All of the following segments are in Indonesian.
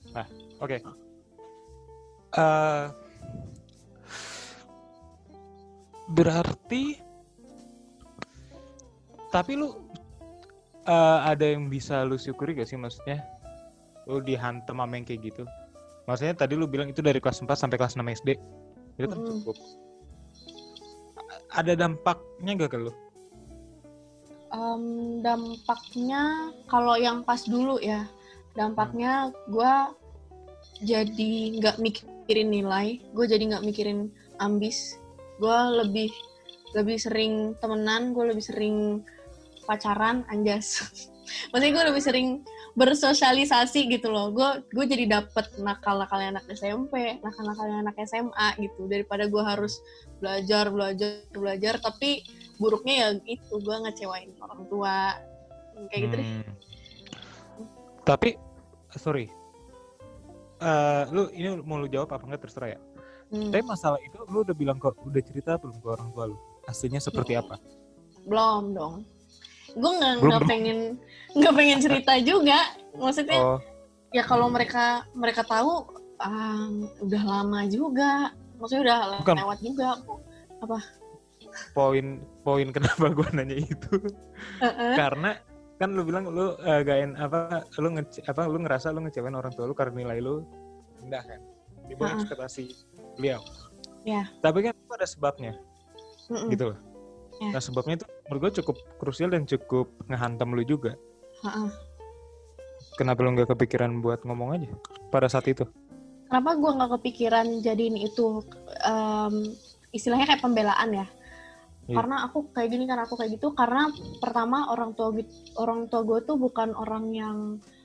Nah, oke. Eh, berarti, tapi lu ada yang bisa lu syukuri gak sih, maksudnya lu dihantem sama yang kayak gitu? Maksudnya tadi lu bilang itu dari kelas 4 sampai kelas 6 SD. Itu kan cukup. Ada dampaknya gak ke lu? Dampaknya kalau yang pas dulu ya, dampaknya gue jadi nggak mikirin nilai, gue jadi nggak mikirin ambis, gue lebih sering temenan, gue lebih sering pacaran, anjas. Maksudnya gue lebih sering bersosialisasi gitu loh. Gue jadi dapet nakal-nakalnya anak SMP, nakal-nakalnya anak SMA gitu, daripada gue harus belajar, tapi buruknya ya itu, gue ngecewain orang tua kayak gitu deh. Tapi sorry, lu ini mau lu jawab apa enggak terserah ya. Tapi masalah itu lu udah bilang kok, udah cerita belum ke orang tua lu aslinya seperti apa? Belum dong. Gue nggak pengen cerita juga, maksudnya ya kalau mereka tahu udah lama juga, maksudnya udah lewat juga. Apa poin kenapa gue nanya itu karena kan lu bilang lu lu ngerasa lu ngecewain orang tua lu karena nilai lu rendah kan di bawah ekspektasi beliau. Tapi kan itu ada sebabnya gitu loh. Nah sebabnya itu menurut gue cukup krusial dan cukup ngehantam lu juga. Kenapa lu nggak kepikiran buat ngomong aja pada saat itu? Kenapa gue nggak kepikiran jadiin itu istilahnya kayak pembelaan ya? Karena aku kayak gini, karena aku kayak gitu, karena pertama orang tua gue tuh bukan orang yang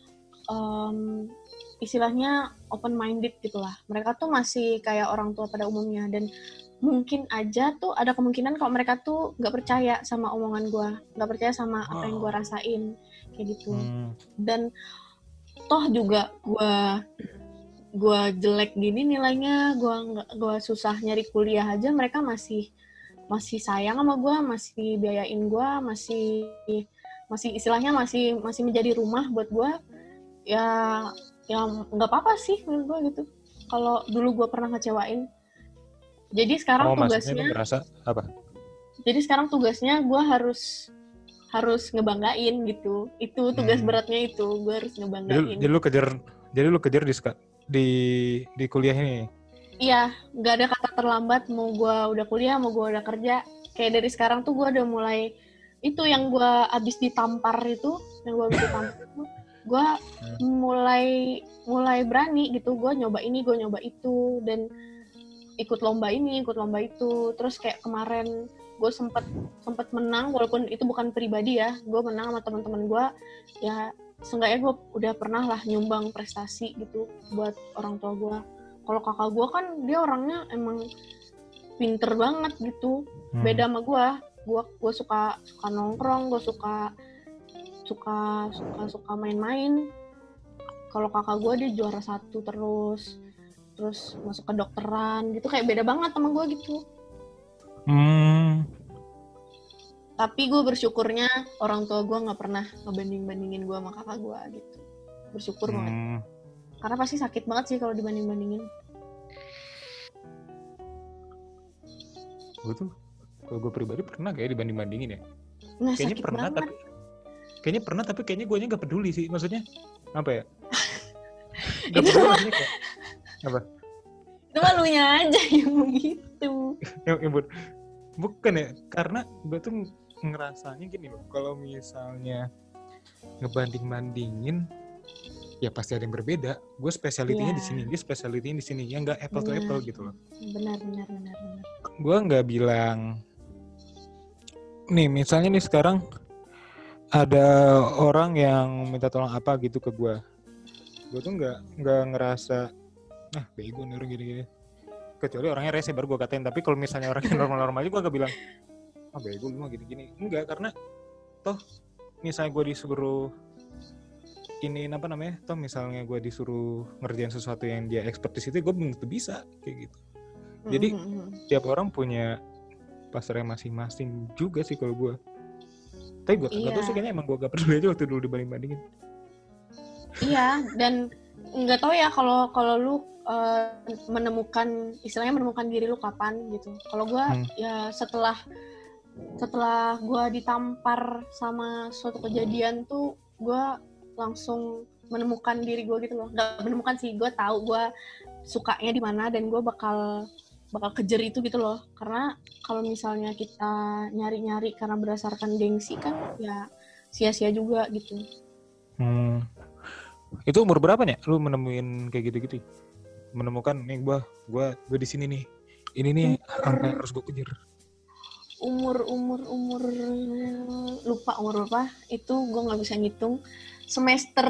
istilahnya open minded gitulah. Mereka tuh masih kayak orang tua pada umumnya, dan mungkin aja tuh ada kemungkinan kalau mereka tuh nggak percaya sama omongan gue, nggak percaya sama apa yang gue rasain kayak gitu. Dan toh juga gue jelek gini nilainya, gue susah nyari kuliah aja, mereka masih sayang sama gue, masih biayain gue, masih istilahnya masih menjadi rumah buat gue. Ya nggak apa-apa sih menurut gue gitu. Kalau dulu gue pernah ngecewain, jadi sekarang tugasnya merasa apa? Jadi sekarang tugasnya gue harus ngebanggain gitu. Itu tugas beratnya, itu gue harus ngebanggain. Jadi lu kejar di kuliah ini. Iya, nggak ada kata terlambat. Mau gue udah kuliah, mau gue udah kerja. Kayak dari sekarang tuh gue udah mulai, itu yang gue abis ditampar itu, gue mulai berani gitu. Gue nyoba ini, gue nyoba itu, dan ikut lomba ini, ikut lomba itu. Terus kayak kemarin gue sempat menang, walaupun itu bukan pribadi ya. Gue menang sama teman-teman gue. Ya seenggaknya gue udah pernah lah nyumbang prestasi gitu buat orang tua gue. Kalau kakak gue kan dia orangnya emang pinter banget gitu, beda sama gue. Gue suka nongkrong, gue suka main-main. Kalau kakak gue dia juara 1 terus masuk ke dokteran gitu, kayak beda banget sama gue gitu. Tapi gue bersyukurnya orang tua gue nggak pernah ngebandingin gue sama kakak gue gitu. Bersyukur banget. Karena pasti sakit banget sih kalau dibanding-bandingin. Gue tuh, kalau gue pribadi pernah kayak dibanding-bandingin ya. Nggak, kayaknya pernah banget. Tapi kayaknya gue gak peduli sih. Maksudnya apa ya? Gak peduli maksudnya kayak apa? Itu malunya aja yang begitu. Bukan ya, karena gue tuh ngerasanya gini loh. Kalau misalnya ngebanding-bandingin, ya pasti ada yang berbeda. Gue spesialitinya di sini, dia spesialitinya di sini. Ya nggak apple to apple gitu loh. Benar. Gue nggak bilang, nih misalnya nih sekarang ada orang yang minta tolong apa gitu ke gue tuh nggak ngerasa bego nih orang gini-gini, kecuali orangnya rese baru gue katain. Tapi kalau misalnya orangnya normal-normal aja gue gak bilang bego lu mah gini-gini, enggak. Karena toh misalnya gue disuruh toh misalnya gue disuruh ngerjain sesuatu yang dia expertise itu, gue belum tentu bisa kayak gitu. Jadi tiap orang punya pasarnya masing-masing juga sih kalau gue. Tapi gue gak tahu sih, kayaknya emang gue gak peduli aja waktu dulu dibanding-bandingin. Iya, dan nggak tahu ya kalau lu menemukan diri lu kapan gitu. Kalau gue ya setelah gue ditampar sama suatu kejadian tuh gue langsung menemukan diri gue gitu loh. Nggak menemukan sih, gue tahu gue sukanya di mana dan gue bakal kejar itu gitu loh. Karena kalau misalnya kita nyari-nyari karena berdasarkan gengsi kan ya sia-sia juga gitu. Itu umur berapa nih lu menemuin kayak gitu-gitu? Menemukan nih gue di sini nih. Ini nih angka yang harus gue kejar. Umur lupa umur berapa, itu gue nggak bisa ngitung. Semester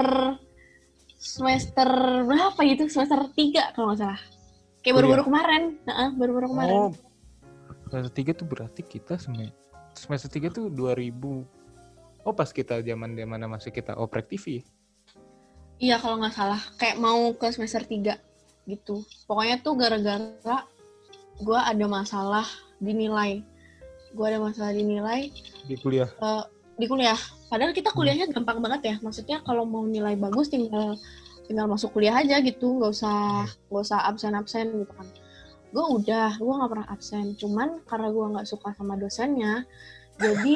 berapa gitu, semester 3 kalau nggak salah, kayak baru-baru kemarin. Oh, semester 3 tuh berarti kita semester 3 tuh 2000. Oh, pas kita zaman mana masih kita oprek TV. Iya kalau nggak salah, kayak mau ke semester 3 gitu. Pokoknya tuh gara-gara gue ada masalah dinilai. Di kuliah. Di kuliah. Padahal kita kuliahnya gampang banget ya. Maksudnya kalau mau nilai bagus tinggal masuk kuliah aja gitu, nggak usah absen gitu kan. Gue nggak pernah absen. Cuman karena gue nggak suka sama dosennya, jadi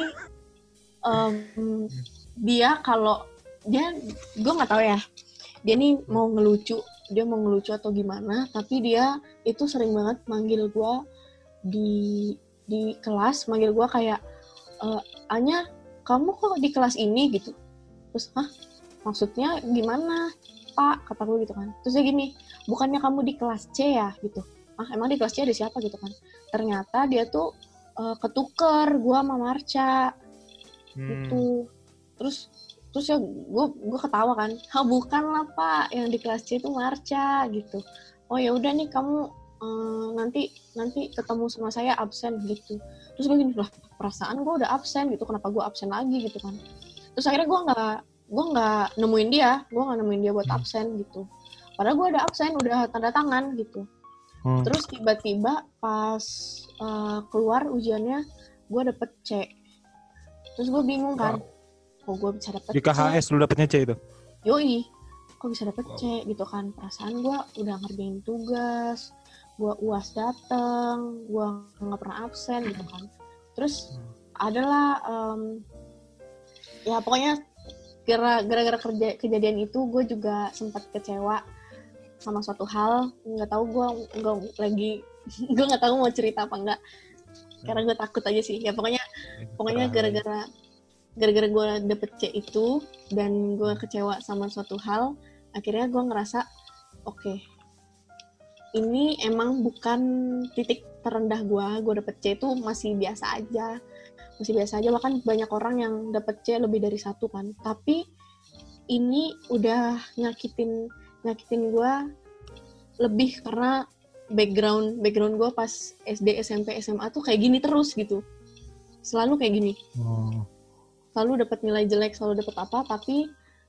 gue nggak tahu ya. Dia nih mau ngelucu atau gimana, tapi dia itu sering banget manggil gue di kelas, manggil gue kayak, Anya, kamu kok di kelas ini gitu. Terus, maksudnya gimana Pak? Kata gue gitu kan. Terus dia gini, bukannya kamu di kelas C ya gitu. Emang di kelas C ada siapa gitu kan. Ternyata dia tuh ketuker gue sama Marca gitu. Terus ya gue ketawa kan. Bukan lah Pak, yang di kelas C itu Marca gitu. Oh ya udah nih kamu nanti ketemu sama saya absen gitu. Terus gue gini, lah perasaan gue udah absen gitu, kenapa gue absen lagi gitu kan. Terus akhirnya gue nggak nemuin dia buat absen gitu. Padahal gue ada absen, udah tanda tangan gitu. Terus tiba-tiba pas keluar ujiannya gue dapet C. Terus gue bingung kan, kok gue bisa dapet C? Di KHS lu dapetnya C itu? Yoi, kok bisa dapet C gitu kan. Perasaan gue udah ngerjain tugas, gue UAS dateng, gue nggak pernah absen gitu kan. Terus adalah ya pokoknya gara-gara kejadian itu gue juga sempat kecewa sama suatu hal. Nggak tahu gue nggak tahu mau cerita apa enggak, karena gue takut aja sih ya. Pokoknya gara-gara gue dapet C itu dan gue kecewa sama suatu hal, akhirnya gue ngerasa oke, ini emang bukan titik terendah gue dapet C itu masih biasa aja. Bahkan banyak orang yang dapet C lebih dari 1 kan, tapi ini udah nyakitin gue lebih karena background gue pas SD, SMP, SMA tuh kayak gini terus gitu, selalu kayak gini. Selalu dapat nilai jelek, selalu dapat apa, tapi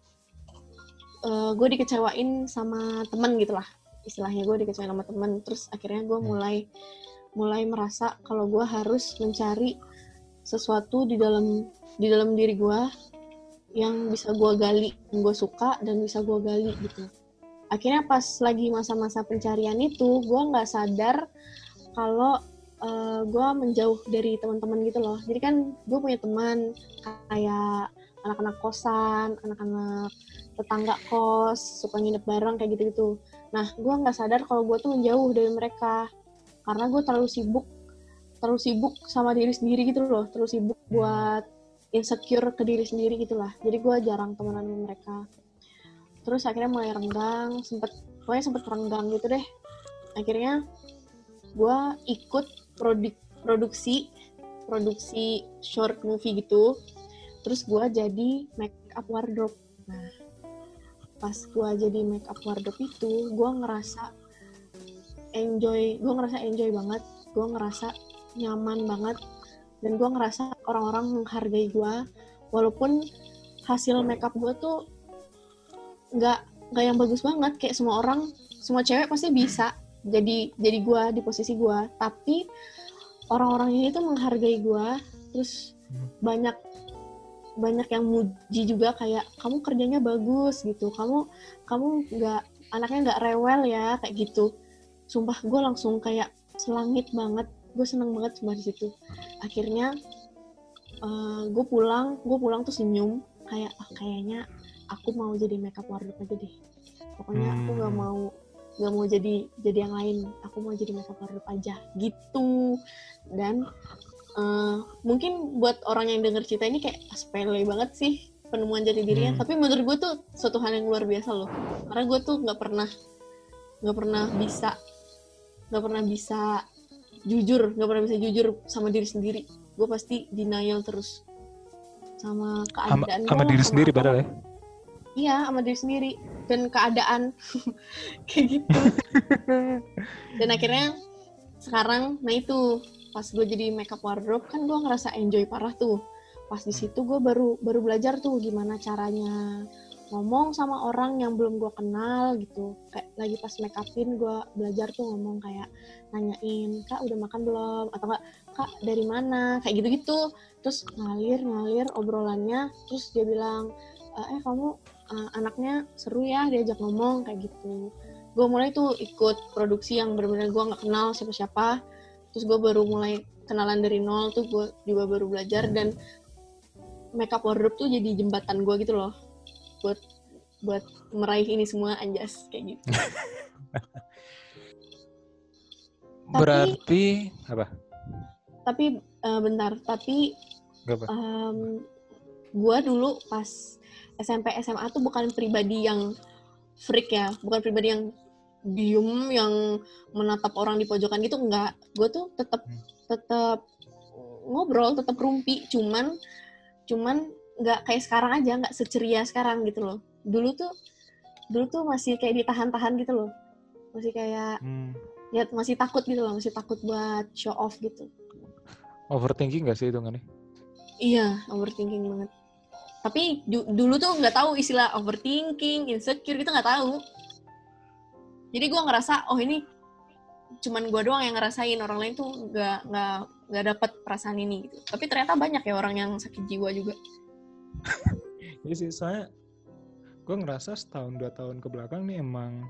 gue dikecewain sama teman gitulah, istilahnya gue dikecewain sama teman. Terus akhirnya gue mulai merasa kalau gue harus mencari sesuatu di dalam diri gue yang bisa gue gali, yang gue suka dan bisa gue gali gitu. Akhirnya pas lagi masa-masa pencarian itu, gue nggak sadar kalau gue menjauh dari teman-teman gitu loh. Jadi kan gue punya teman kayak anak-anak kosan, anak-anak tetangga kos, suka nginep bareng kayak gitu-gitu. Nah, gue nggak sadar kalau gue tuh menjauh dari mereka karena gue terlalu sibuk sama diri sendiri gitu loh, terlalu sibuk buat insecure ke diri sendiri gitulah. Jadi gue jarang temenan sama mereka. Terus akhirnya mulai renggang, sempet renggang gitu deh. Akhirnya gue ikut produksi short movie gitu. Terus gue jadi make up wardrobe. Nah, pas gue jadi make up wardrobe itu, gue ngerasa enjoy banget. Gue ngerasa nyaman banget. Dan gue ngerasa orang-orang menghargai gue. Walaupun hasil make up gue tuh nggak yang bagus banget. Kayak semua cewek pasti bisa jadi gue di posisi gue, tapi orang-orang ini tuh menghargai gue. Terus banyak banyak yang muji juga kayak kamu kerjanya bagus gitu, kamu nggak anaknya nggak rewel ya kayak gitu. Sumpah gue langsung kayak selangit banget, gue seneng banget cuma di situ. Akhirnya gue pulang tuh senyum kayak kayaknya aku mau jadi makeup wardrobe aja deh. Pokoknya aku nggak mau jadi yang lain, aku mau jadi makeup wardrobe aja gitu. Dan mungkin buat orang yang denger cerita ini kayak sepele banget sih penemuan jati dirinya, tapi menurut gue tuh suatu hal yang luar biasa loh, karena gue tuh nggak pernah bisa jujur sama diri sendiri. Gue pasti denial terus sama keadaan sama diri sendiri padahal ya. Iya, sama diri sendiri dan keadaan kayak gitu. Dan akhirnya sekarang, nah itu pas gue jadi makeup wardrobe kan gue ngerasa enjoy parah tuh. Pas di situ gue baru belajar tuh gimana caranya ngomong sama orang yang belum gue kenal gitu. Kayak lagi pas make upin gue belajar tuh ngomong kayak nanyain, Kak udah makan belum? Atau enggak, Kak dari mana? Kayak gitu-gitu. Terus ngalir obrolannya. Terus dia bilang, kamu anaknya seru ya diajak ngomong kayak gitu. Gue mulai tuh ikut produksi yang benar-benar gue nggak kenal siapa-siapa. Terus gue baru mulai kenalan dari nol tuh, gue juga baru belajar. Dan makeup wardrobe tuh jadi jembatan gue gitu loh buat meraih ini semua, anjas kayak gitu. Berarti apa? Tapi bentar, gue dulu pas SMP SMA tuh bukan pribadi yang freak ya, bukan pribadi yang diem, yang menatap orang di pojokan gitu, enggak. Gue tuh tetap ngobrol, tetap rumpi, cuman nggak kayak sekarang aja, nggak seceria sekarang gitu loh. Dulu tuh masih kayak ditahan-tahan gitu loh, masih kayak ya masih takut gitu loh, masih takut buat show off gitu. Overthinking nggak sih hitungannya? Iya, overthinking banget. Tapi dulu tuh nggak tahu istilah overthinking, insecure gitu, nggak tahu. Jadi gue ngerasa ini cuman gue doang yang ngerasain, orang lain tuh nggak dapat perasaan ini gitu. Tapi ternyata banyak ya orang yang sakit jiwa juga. Iya sih, soalnya gue ngerasa setahun 2 tahun ke belakang nih emang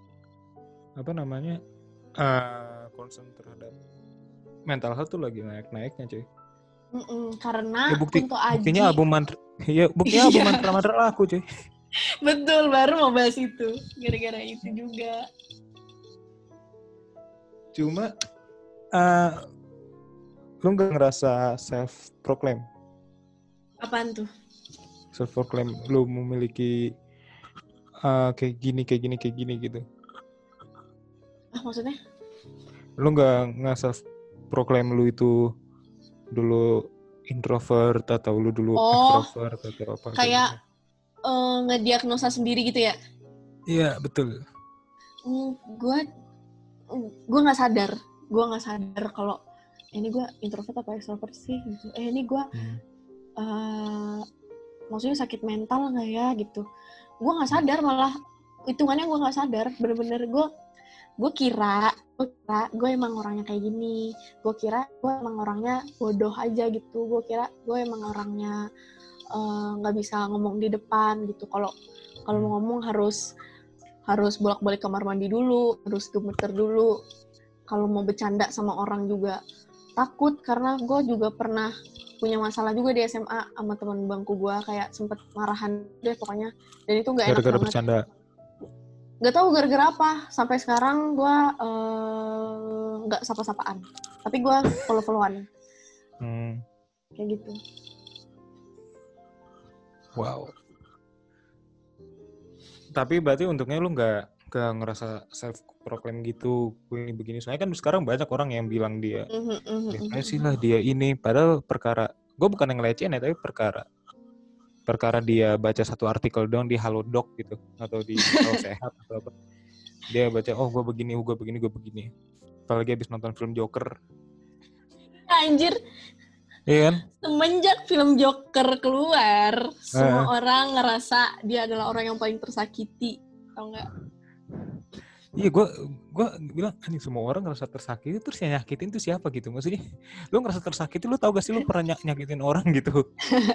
concern terhadap mental health tuh lagi naik-naiknya cuy. Karena ya, Kunto Aji buktinya album mantra laku cuy. Betul, baru mau bahas itu gara-gara itu juga. Cuma lu gak ngerasa self-proclaim? Apaan tuh? Self-proclaim lu memiliki kayak gini gitu. Maksudnya? Lu gak self-proclaim lu itu dulu introvert atau lu dulu extrovert atau apa? Kayak ngediagnosa sendiri gitu ya? Iya, betul. Gue nggak sadar kalau ini gue introvert apa extrovert sih gitu. Ini gue maksudnya sakit mental nggak ya gitu. Gue nggak sadar, malah hitungannya gue nggak sadar. Bener-bener gue kira gue emang orangnya kayak gini. Gue kira gue emang orangnya bodoh aja gitu. Gue kira gue emang orangnya nggak bisa ngomong di depan gitu. Kalau mau ngomong harus bolak-balik kamar mandi dulu, harus gemeter dulu. Kalau mau bercanda sama orang juga takut, karena gue juga pernah punya masalah juga di SMA sama teman bangku gue, kayak sempet marahan deh pokoknya. Dan itu nggak enak banget. Gara-gara bercanda. Gak tahu gara-gara apa. Sampai sekarang gue nggak sapa-sapaan, tapi gue follow-followan. Kayak gitu. Wow. Tapi berarti untungnya lu nggak ngerasa self-proclaim gitu, gue begini. Soalnya kan sekarang banyak orang yang bilang dia, sih lah dia ini. Padahal perkara, gue bukan yang ngelecehin ya, tapi perkara dia baca satu artikel doang di Halodoc gitu, atau di Halo Sehat atau apa. Dia baca, gue begini. Apalagi habis nonton film Joker. Anjir. Iya kan? Semenjak film Joker keluar, semua orang ngerasa dia adalah orang yang paling tersakiti, tau nggak? Iya, gue bilang, ini semua orang ngerasa tersakiti, terus yang nyakitin tuh siapa gitu? Maksudnya, lu ngerasa tersakiti, lu tau gak sih lu pernah nyakitin orang gitu?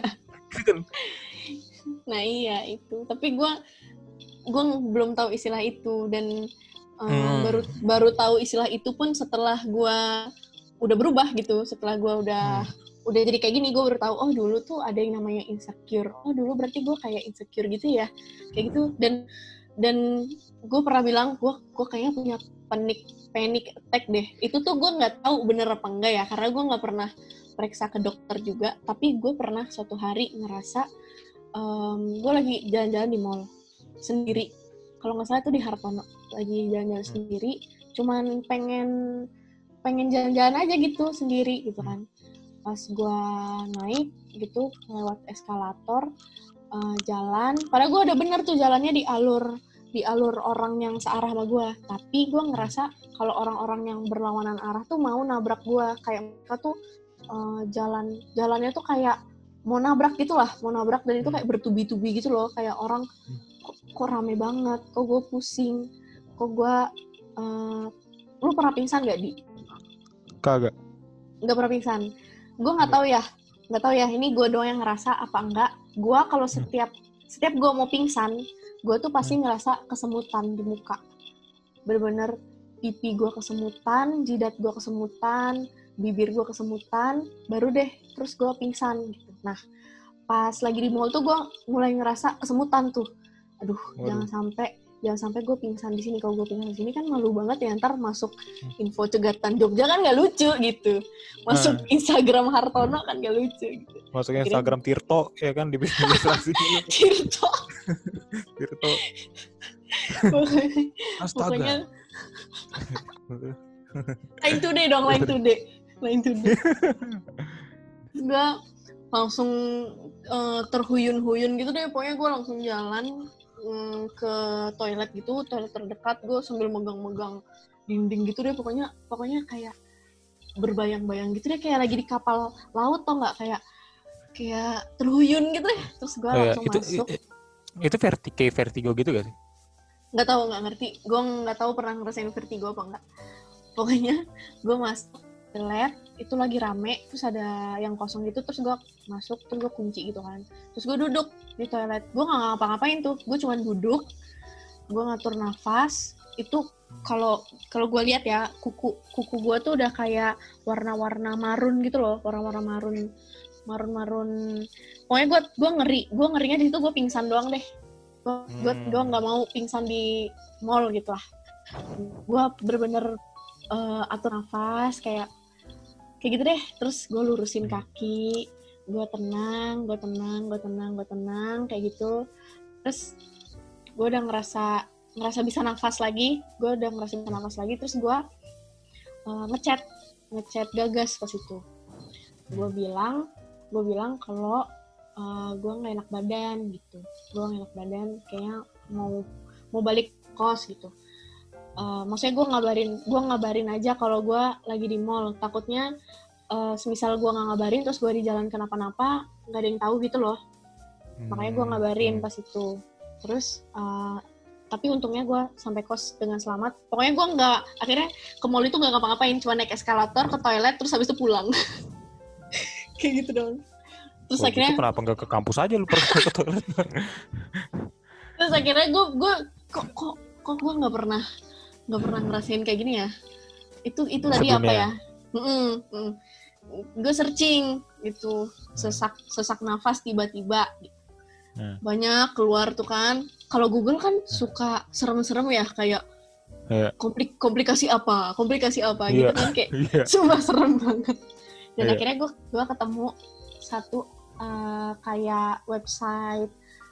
Nah iya itu, tapi gue belum tahu istilah itu, dan baru tahu istilah itu pun setelah gue udah berubah gitu, setelah gue udah jadi kayak gini, gue baru tahu oh dulu tuh ada yang namanya insecure. Oh dulu berarti gue kayak insecure gitu ya, kayak gitu. Dan gue pernah bilang gue kayaknya punya panic attack deh. Itu tuh gue nggak tahu bener apa enggak ya, karena gue nggak pernah periksa ke dokter juga. Tapi gue pernah suatu hari ngerasa gue lagi jalan-jalan di mall sendiri. Kalau nggak salah itu di Hartono, lagi jalan-jalan sendiri. Cuman pengen jalan-jalan aja gitu sendiri gitu kan. Pas gue naik gitu lewat eskalator, jalan, padahal gue udah bener tuh jalannya di alur orang yang searah sama gue, tapi gue ngerasa kalau orang-orang yang berlawanan arah tuh mau nabrak gue, kayak mereka tuh jalannya tuh kayak mau nabrak gitulah, dan itu kayak bertubi-tubi gitu loh, kayak orang kok rame banget, kok gue pusing, kok gue lu pernah pingsan gak, Di? Kagak. Nggak pernah pingsan. Gue nggak tahu ya ini gue doang yang ngerasa apa enggak. Gue kalau setiap gue mau pingsan, gue tuh pasti ngerasa kesemutan di muka, bener-bener pipi gue kesemutan, jidat gue kesemutan, bibir gue kesemutan, baru deh terus gue pingsan gitu. Nah pas lagi di mall tuh gue mulai ngerasa kesemutan tuh, aduh jangan sampai gue pingsan di sini. Kalau gue pingsan di sini kan malu banget ya, ntar masuk info cegatan Jogja kan gak lucu gitu, masuk Instagram Hartono kan gak lucu gitu. Masuk Instagram Tirto ya kan, di ilustrasi. Tirto. Astaga. Pokoknya Line Today dong, Line Today. Gue langsung terhuyun-huyun gitu deh, pokoknya gue langsung jalan ke toilet gitu, toilet terdekat, gue sambil megang-megang dinding gitu deh, pokoknya kayak berbayang-bayang gitu deh, kayak lagi di kapal laut, tau nggak, kayak terhuyun gitu deh. Terus gue langsung masuk. Itu vertigo gitu gak sih? Nggak ngerti, gue nggak tahu pernah ngerasain vertigo apa enggak. Pokoknya gue masuk toilet, itu lagi rame, terus ada yang kosong gitu, terus gue masuk, terus gue kunci gitu kan, terus gue duduk di toilet, gue nggak ngapa-ngapain tuh, gue cuma duduk, gue ngatur nafas. Itu kalau gue lihat ya, kuku gue tuh udah kayak warna-warna marun gitu loh, warna-warna marun. Pokoknya gue ngerinya di situ gue pingsan doang deh. Gue nggak mau pingsan di mall gitu lah. Gue bener-bener atur nafas kayak gitu deh. Terus gue lurusin kaki, gue tenang kayak gitu. Terus gue udah ngerasa bisa nafas lagi. Terus gue ngechat Gagas pas itu. Gue bilang kalau gue nggak enak badan gitu. Gue nggak enak badan, kayaknya mau balik kos gitu. Maksudnya gue ngabarin aja kalau gue lagi di mall. Takutnya semisal gue nggak ngabarin terus gue di jalan kenapa-napa, nggak ada yang tahu gitu loh. Makanya gue ngabarin pas itu. Terus tapi untungnya gue sampai kos dengan selamat. Pokoknya gue akhirnya ke mall itu nggak ngapa-ngapain, cuma naik eskalator ke toilet terus habis itu pulang. Kayak gitu dong. Terus akhirnya kenapa nggak ke kampus aja lu pergi ke toilet? Terus akhirnya gue kok gue nggak pernah ngerasain kayak gini ya. Itu tadi sebelumnya. Apa ya? Gue searching gitu, sesak nafas tiba-tiba. Banyak keluar tuh kan. Kalau Google kan suka serem-serem ya, kayak komplikasi apa gitu kan, kayak sumpah serem banget. Dan akhirnya gue ketemu satu kayak website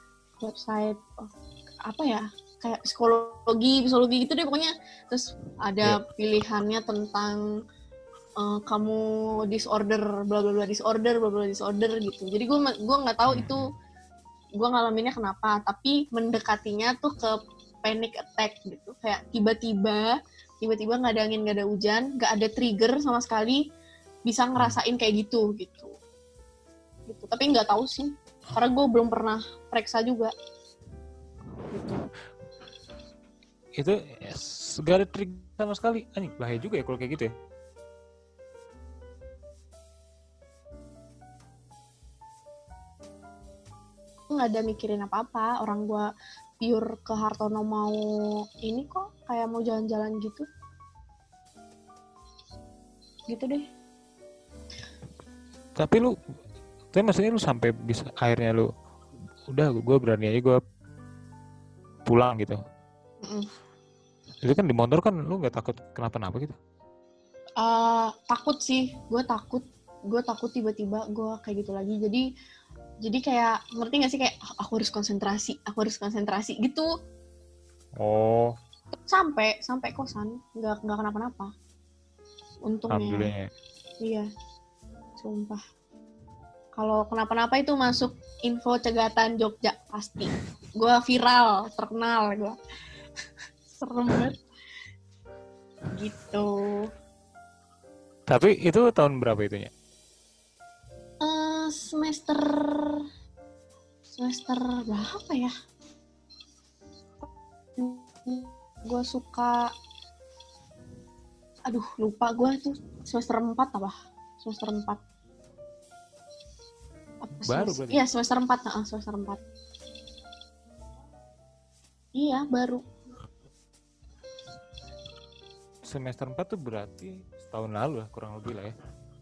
apa ya, kayak psikologi gitu deh pokoknya. Terus ada pilihannya tentang kamu disorder bla bla bla disorder gitu. Jadi gue nggak tahu itu gue ngalaminnya kenapa, tapi mendekatinya tuh ke panic attack gitu, kayak tiba-tiba nggak ada angin, nggak ada hujan, nggak ada trigger sama sekali, bisa ngerasain kayak gitu. Tapi nggak tahu sih, karena gue belum pernah periksa juga gitu. Itu nggak ada trigger sama sekali, anjing, bahaya juga ya kalau kayak gitu ya. nggak ada mikirin apa-apa. Orang gue pure ke Hartono mau ini kok, kayak mau jalan-jalan gitu deh. Tapi maksudnya lu sampai bisa akhirnya lu udah gue berani aja gue pulang gitu. Itu kan di motor kan lu nggak takut kenapa-napa gitu? Takut sih, gue takut tiba-tiba gue kayak gitu lagi. Jadi kayak ngerti nggak sih, kayak aku harus konsentrasi gitu. Oh. Sampai kosan nggak kenapa-napa. Untungnya. Iya, sumpah. Kalau kenapa-napa itu masuk info cegatan Jogja pasti. Gue viral, terkenal gue. Serem banget. Gitu. Tapi itu tahun berapa itunya? Semester berapa ya? Gue suka, aduh lupa gue tuh semester 4 apa? Semester 4. Baru berarti? Iya, semester 4. Semester 4. Iya, baru. Semester 4 tuh berarti setahun lalu lah, kurang lebih lah ya.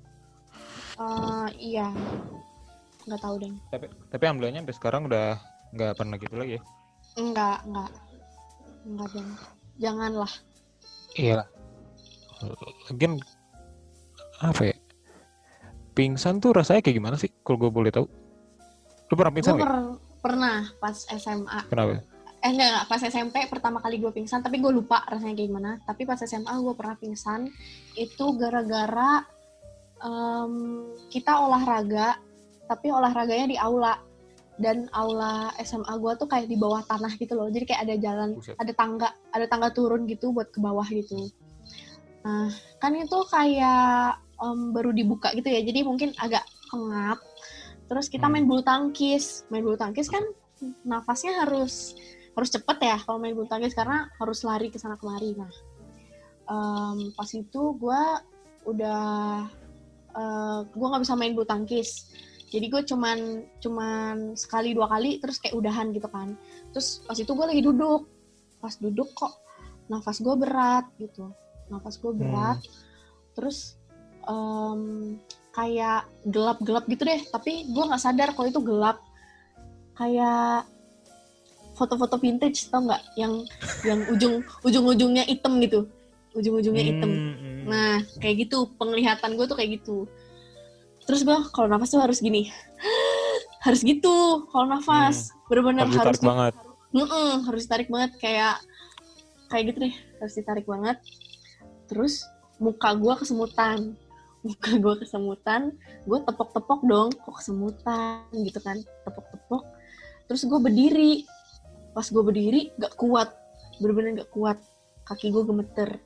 Iya. Nggak tahu deh. Tapi alhamdulillahnya sampai sekarang udah nggak pernah gitu lagi ya? Enggak dong. Janganlah. Iya lah. Lagian apa ya? Pingsan tuh rasanya kayak gimana sih? Kalau gue boleh tahu. Lu pernah pingsan nggak? Pernah pas SMA. Kenapa? Enggak, pas SMP pertama kali gue pingsan, tapi gue lupa rasanya kayak gimana. Tapi pas SMA gue pernah pingsan, itu gara-gara kita olahraga, tapi olahraganya di aula. Dan aula SMA gue tuh kayak di bawah tanah gitu loh. Jadi kayak ada jalan, ada tangga turun gitu buat ke bawah gitu. Nah, kan itu kayak baru dibuka gitu ya, jadi mungkin agak kengap. Terus kita main bulu tangkis kan nafasnya harus cepet ya kalau main bulu tangkis, karena harus lari ke sana kemari. Nah, pas itu gue nggak bisa main bulu tangkis, jadi gue cuman sekali 2 kali terus kayak udahan gitu kan. Terus pas itu gue lagi duduk kok nafas gue berat gitu, terus kayak gelap gitu deh, tapi gue nggak sadar kalau itu gelap, kayak foto-foto vintage, tau nggak, yang ujung-ujungnya hitam gitu, Nah, kayak gitu penglihatan gue tuh kayak gitu. Terus gue kalau nafas tuh harus gini, harus gitu kalau nafas, benar-benar harus ditarik banget. Harus ditarik banget, kayak gitu deh, harus ditarik banget. Terus muka gue kesemutan, gue tepok-tepok dong, kok kesemutan gitu kan, tepok-tepok. Terus gue berdiri, pas gue berdiri gak kuat, bener-bener gak kuat, kaki gue gemeter,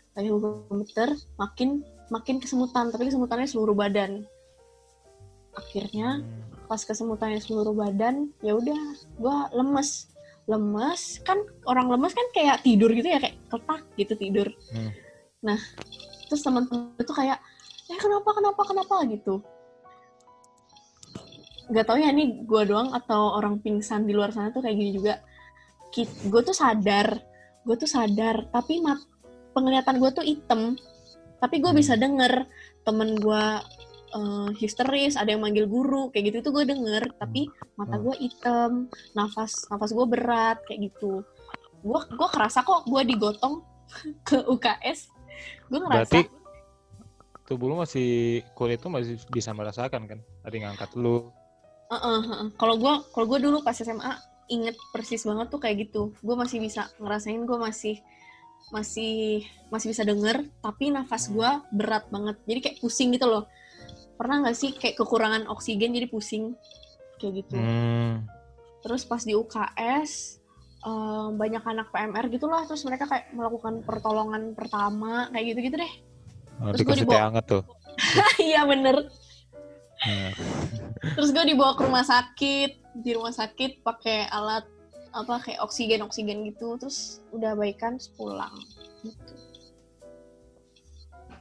makin kesemutan, tapi kesemutannya seluruh badan. Akhirnya pas kesemutannya seluruh badan, ya udah gue lemes kan, orang lemes kan kayak tidur gitu ya, kayak ketak gitu tidur. Nah, terus teman-teman itu kayak, kenapa gitu. Gak tau ya ini gue doang atau orang pingsan di luar sana tuh kayak gini juga. Gue tuh sadar, tapi penglihatan gue tuh hitam. Tapi gue bisa denger temen gue histeris, ada yang manggil guru, kayak gitu tuh gue denger. Tapi mata gue hitam, nafas gue berat, kayak gitu. Gue kerasa kok gue digotong ke UKS. Gue ngerasa. Berarti tubuh lu kulit lu masih bisa merasakan kan? Ada yang ngangkat lu. Kalau gue dulu pas SMA inget persis banget tuh kayak gitu. Gue masih bisa ngerasain, gue masih bisa denger, tapi nafas gue berat banget. Jadi kayak pusing gitu loh. Pernah nggak sih kayak kekurangan oksigen jadi pusing kayak gitu. Terus pas di UKS banyak anak PMR gitulah, terus mereka kayak melakukan pertolongan pertama kayak gitu deh. Terus gue dibawa hangat tuh. Iya bener. Terus gue dibawa ke rumah sakit, di rumah sakit pakai alat kayak oksigen gitu, terus udah baikan pulang gitu.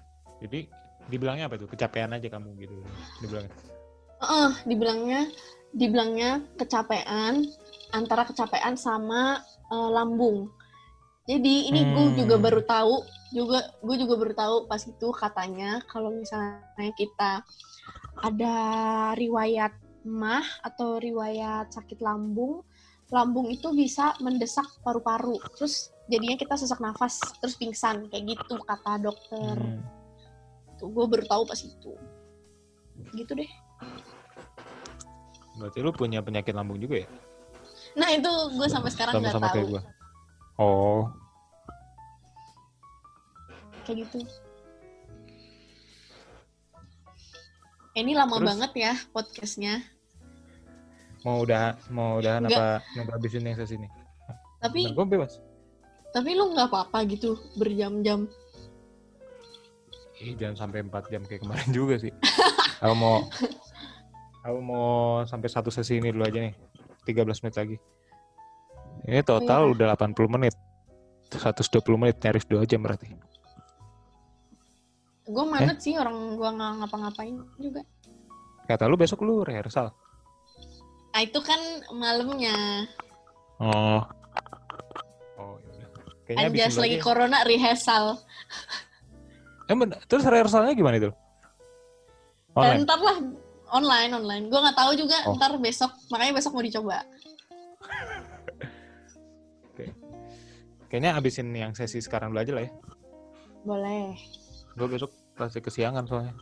Jadi dibilangnya apa tuh? Kecapean aja kamu gitu dibilangnya. Dibilangnya dibilangnya kecapean, antara kecapean sama lambung. Jadi ini gue juga baru tahu pas itu katanya kalau misalnya kita ada riwayat MAH atau riwayat sakit lambung itu bisa mendesak paru-paru. Terus jadinya kita sesak nafas, terus pingsan kayak gitu kata dokter. Tuh gue baru tahu pas itu. Gitu deh. Berarti lu punya penyakit lambung juga ya? Nah itu gue sampai sekarang nggak tahu. Kayak gua. Oh. Kayak gitu. Ini lama banget ya podcastnya. Mau udahan apa nunggu habisin yang sesi ini? Tapi gue bebas. Tapi lu nggak apa-apa gitu berjam-jam? Jangan sampai 4 jam kayak kemarin juga sih. Aku mau sampai satu sesi ini dulu aja nih. 13 menit lagi. Ini total udah 80 menit. 120 menit, nyaris 2 jam berarti. Gue manut sih, orang gue nggak ngapa-ngapain juga. Kata lu besok lu rehearsal? Nah itu kan malamnya. Oh yaudah. Kayaknya Anjas lagi corona rehearsal. Terus rehearsalnya gimana itu? Online? Ntar lah, online. Gue nggak tahu juga ntar besok, makanya besok mau dicoba. Oke. Kayaknya abisin yang sesi sekarang dulu aja lah ya. Boleh. Gue besok pasti kesiangan soalnya.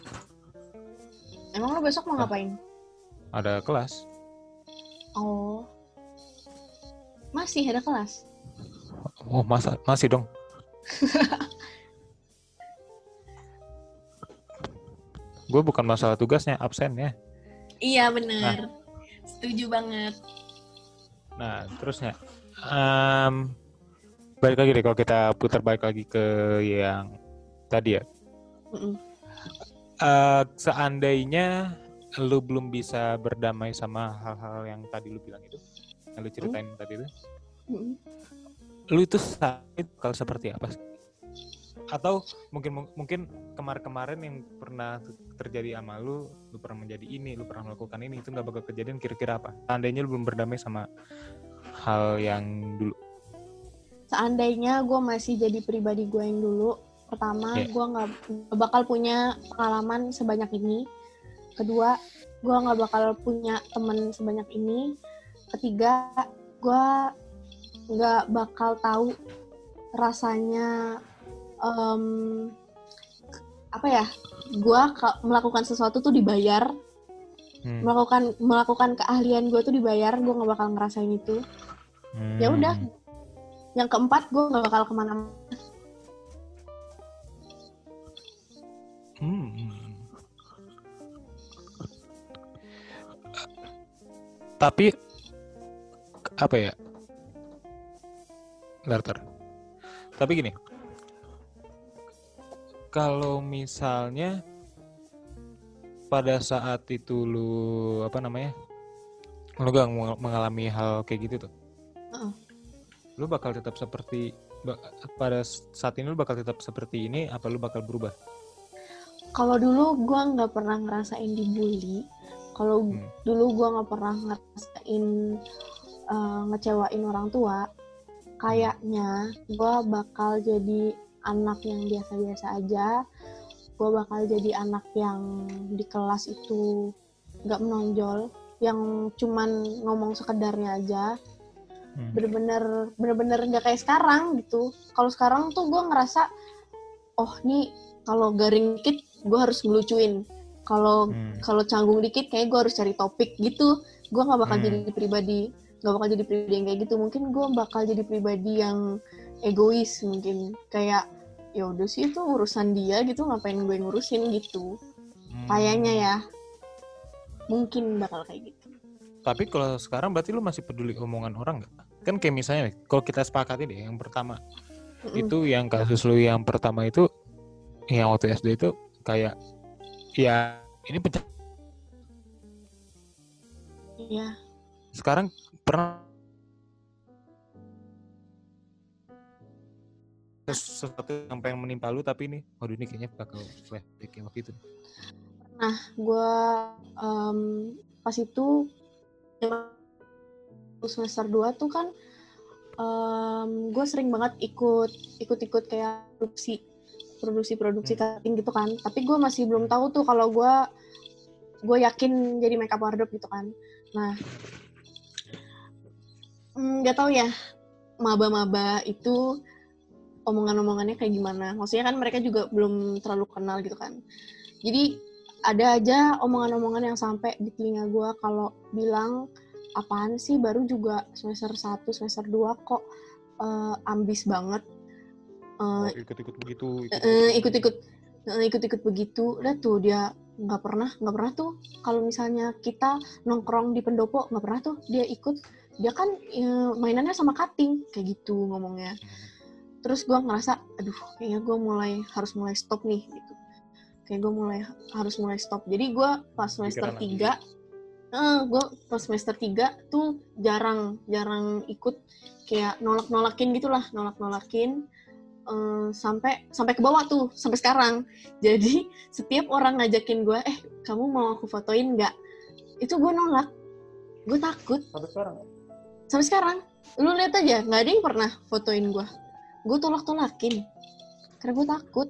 Emang lo besok mau ngapain? Ada kelas. Oh. Masih ada kelas? Oh, masih dong. Gue bukan masalah tugasnya, absennya. Iya bener. Setuju banget. Nah, terusnya. Balik lagi deh, kalau kita putar balik lagi ke yang tadi ya. Seandainya lu belum bisa berdamai sama hal-hal yang tadi lu bilang itu, yang lu ceritain tadi itu, lu itu saat itu bakal seperti apa sih? Atau mungkin kemarin yang pernah terjadi sama lu pernah menjadi ini, lu pernah melakukan ini, itu nggak bakal kejadian, kira-kira apa? Seandainya lu belum berdamai sama hal yang dulu. Seandainya gue masih jadi pribadi gue yang dulu, pertama gue nggak bakal punya pengalaman sebanyak ini. Kedua, gue nggak bakal punya teman sebanyak ini. Ketiga, gue nggak bakal tahu rasanya gue melakukan sesuatu tuh dibayar, melakukan keahlian gue tuh dibayar, gue nggak bakal ngerasain itu. Ya udah, yang keempat gue nggak bakal kemana-mana. Tapi apa ya? Bentar. Tapi gini. Kalau misalnya pada saat itu lu lu gak mengalami hal kayak gitu tuh, lu bakal tetap seperti pada saat ini, lu bakal tetap seperti ini, apa lu bakal berubah? Kalau dulu gue nggak pernah ngerasain dibully, kalau dulu gue nggak pernah ngerasain ngecewain orang tua, kayaknya gue bakal jadi anak yang biasa-biasa aja. Gue bakal jadi anak yang di kelas itu gak menonjol, yang cuman ngomong sekedarnya aja. Bener-bener gak kayak sekarang gitu. Kalau sekarang tuh gue ngerasa, oh nih kalau garing dikit gue harus ngelucuin, kalau canggung dikit kayak gue harus cari topik gitu. Gue gak bakal jadi pribadi yang kayak gitu. Mungkin gue bakal jadi pribadi yang egois, mungkin kayak ya udah sih itu urusan dia gitu, ngapain gue ngurusin gitu. Kayaknya ya mungkin bakal kayak gitu. Tapi kalau sekarang berarti lu masih peduli omongan orang nggak? Kan kayak misalnya kalau kita sepakati deh, yang pertama itu yang kasus lu yang pertama itu, yang waktu SD itu kayak ya ini Iya. Sekarang pernah sesuatu yang pengen menimpa lu tapi ini, waduh ini kayaknya bakal flashback yang waktu itu. Nah, gue pas itu semester 2 tuh kan gue sering banget ikut kayak produksi cutting gitu kan. Tapi gue masih belum tahu tuh kalau gue yakin jadi makeup wardrobe gitu kan. Nah, nggak tahu ya, maba-maba itu omongan-omongannya kayak gimana. Maksudnya kan mereka juga belum terlalu kenal gitu kan. Jadi ada aja omongan-omongan yang sampai di telinga gue kalau bilang, apaan sih baru juga semester 1, semester 2 kok ambis banget. Ikut-ikut begitu. Ikut-ikut begitu. Udah tuh dia nggak pernah tuh kalau misalnya kita nongkrong di pendopo, nggak pernah tuh dia ikut. Dia kan mainannya sama cutting kayak gitu ngomongnya. Terus gue ngerasa, aduh kayaknya gue harus mulai stop nih gitu. Kayak gue harus mulai stop. Jadi gue pas semester 3 tuh jarang ikut, kayak nolak-nolakin gitulah, sampai ke bawah tuh, sampai sekarang. Jadi setiap orang ngajakin gue, kamu mau aku fotoin nggak? Itu gue nolak, gue takut. Sampai sekarang, lu lihat aja, nggak ada yang pernah fotoin gue. Gue tolak-tolakin, karena gue takut.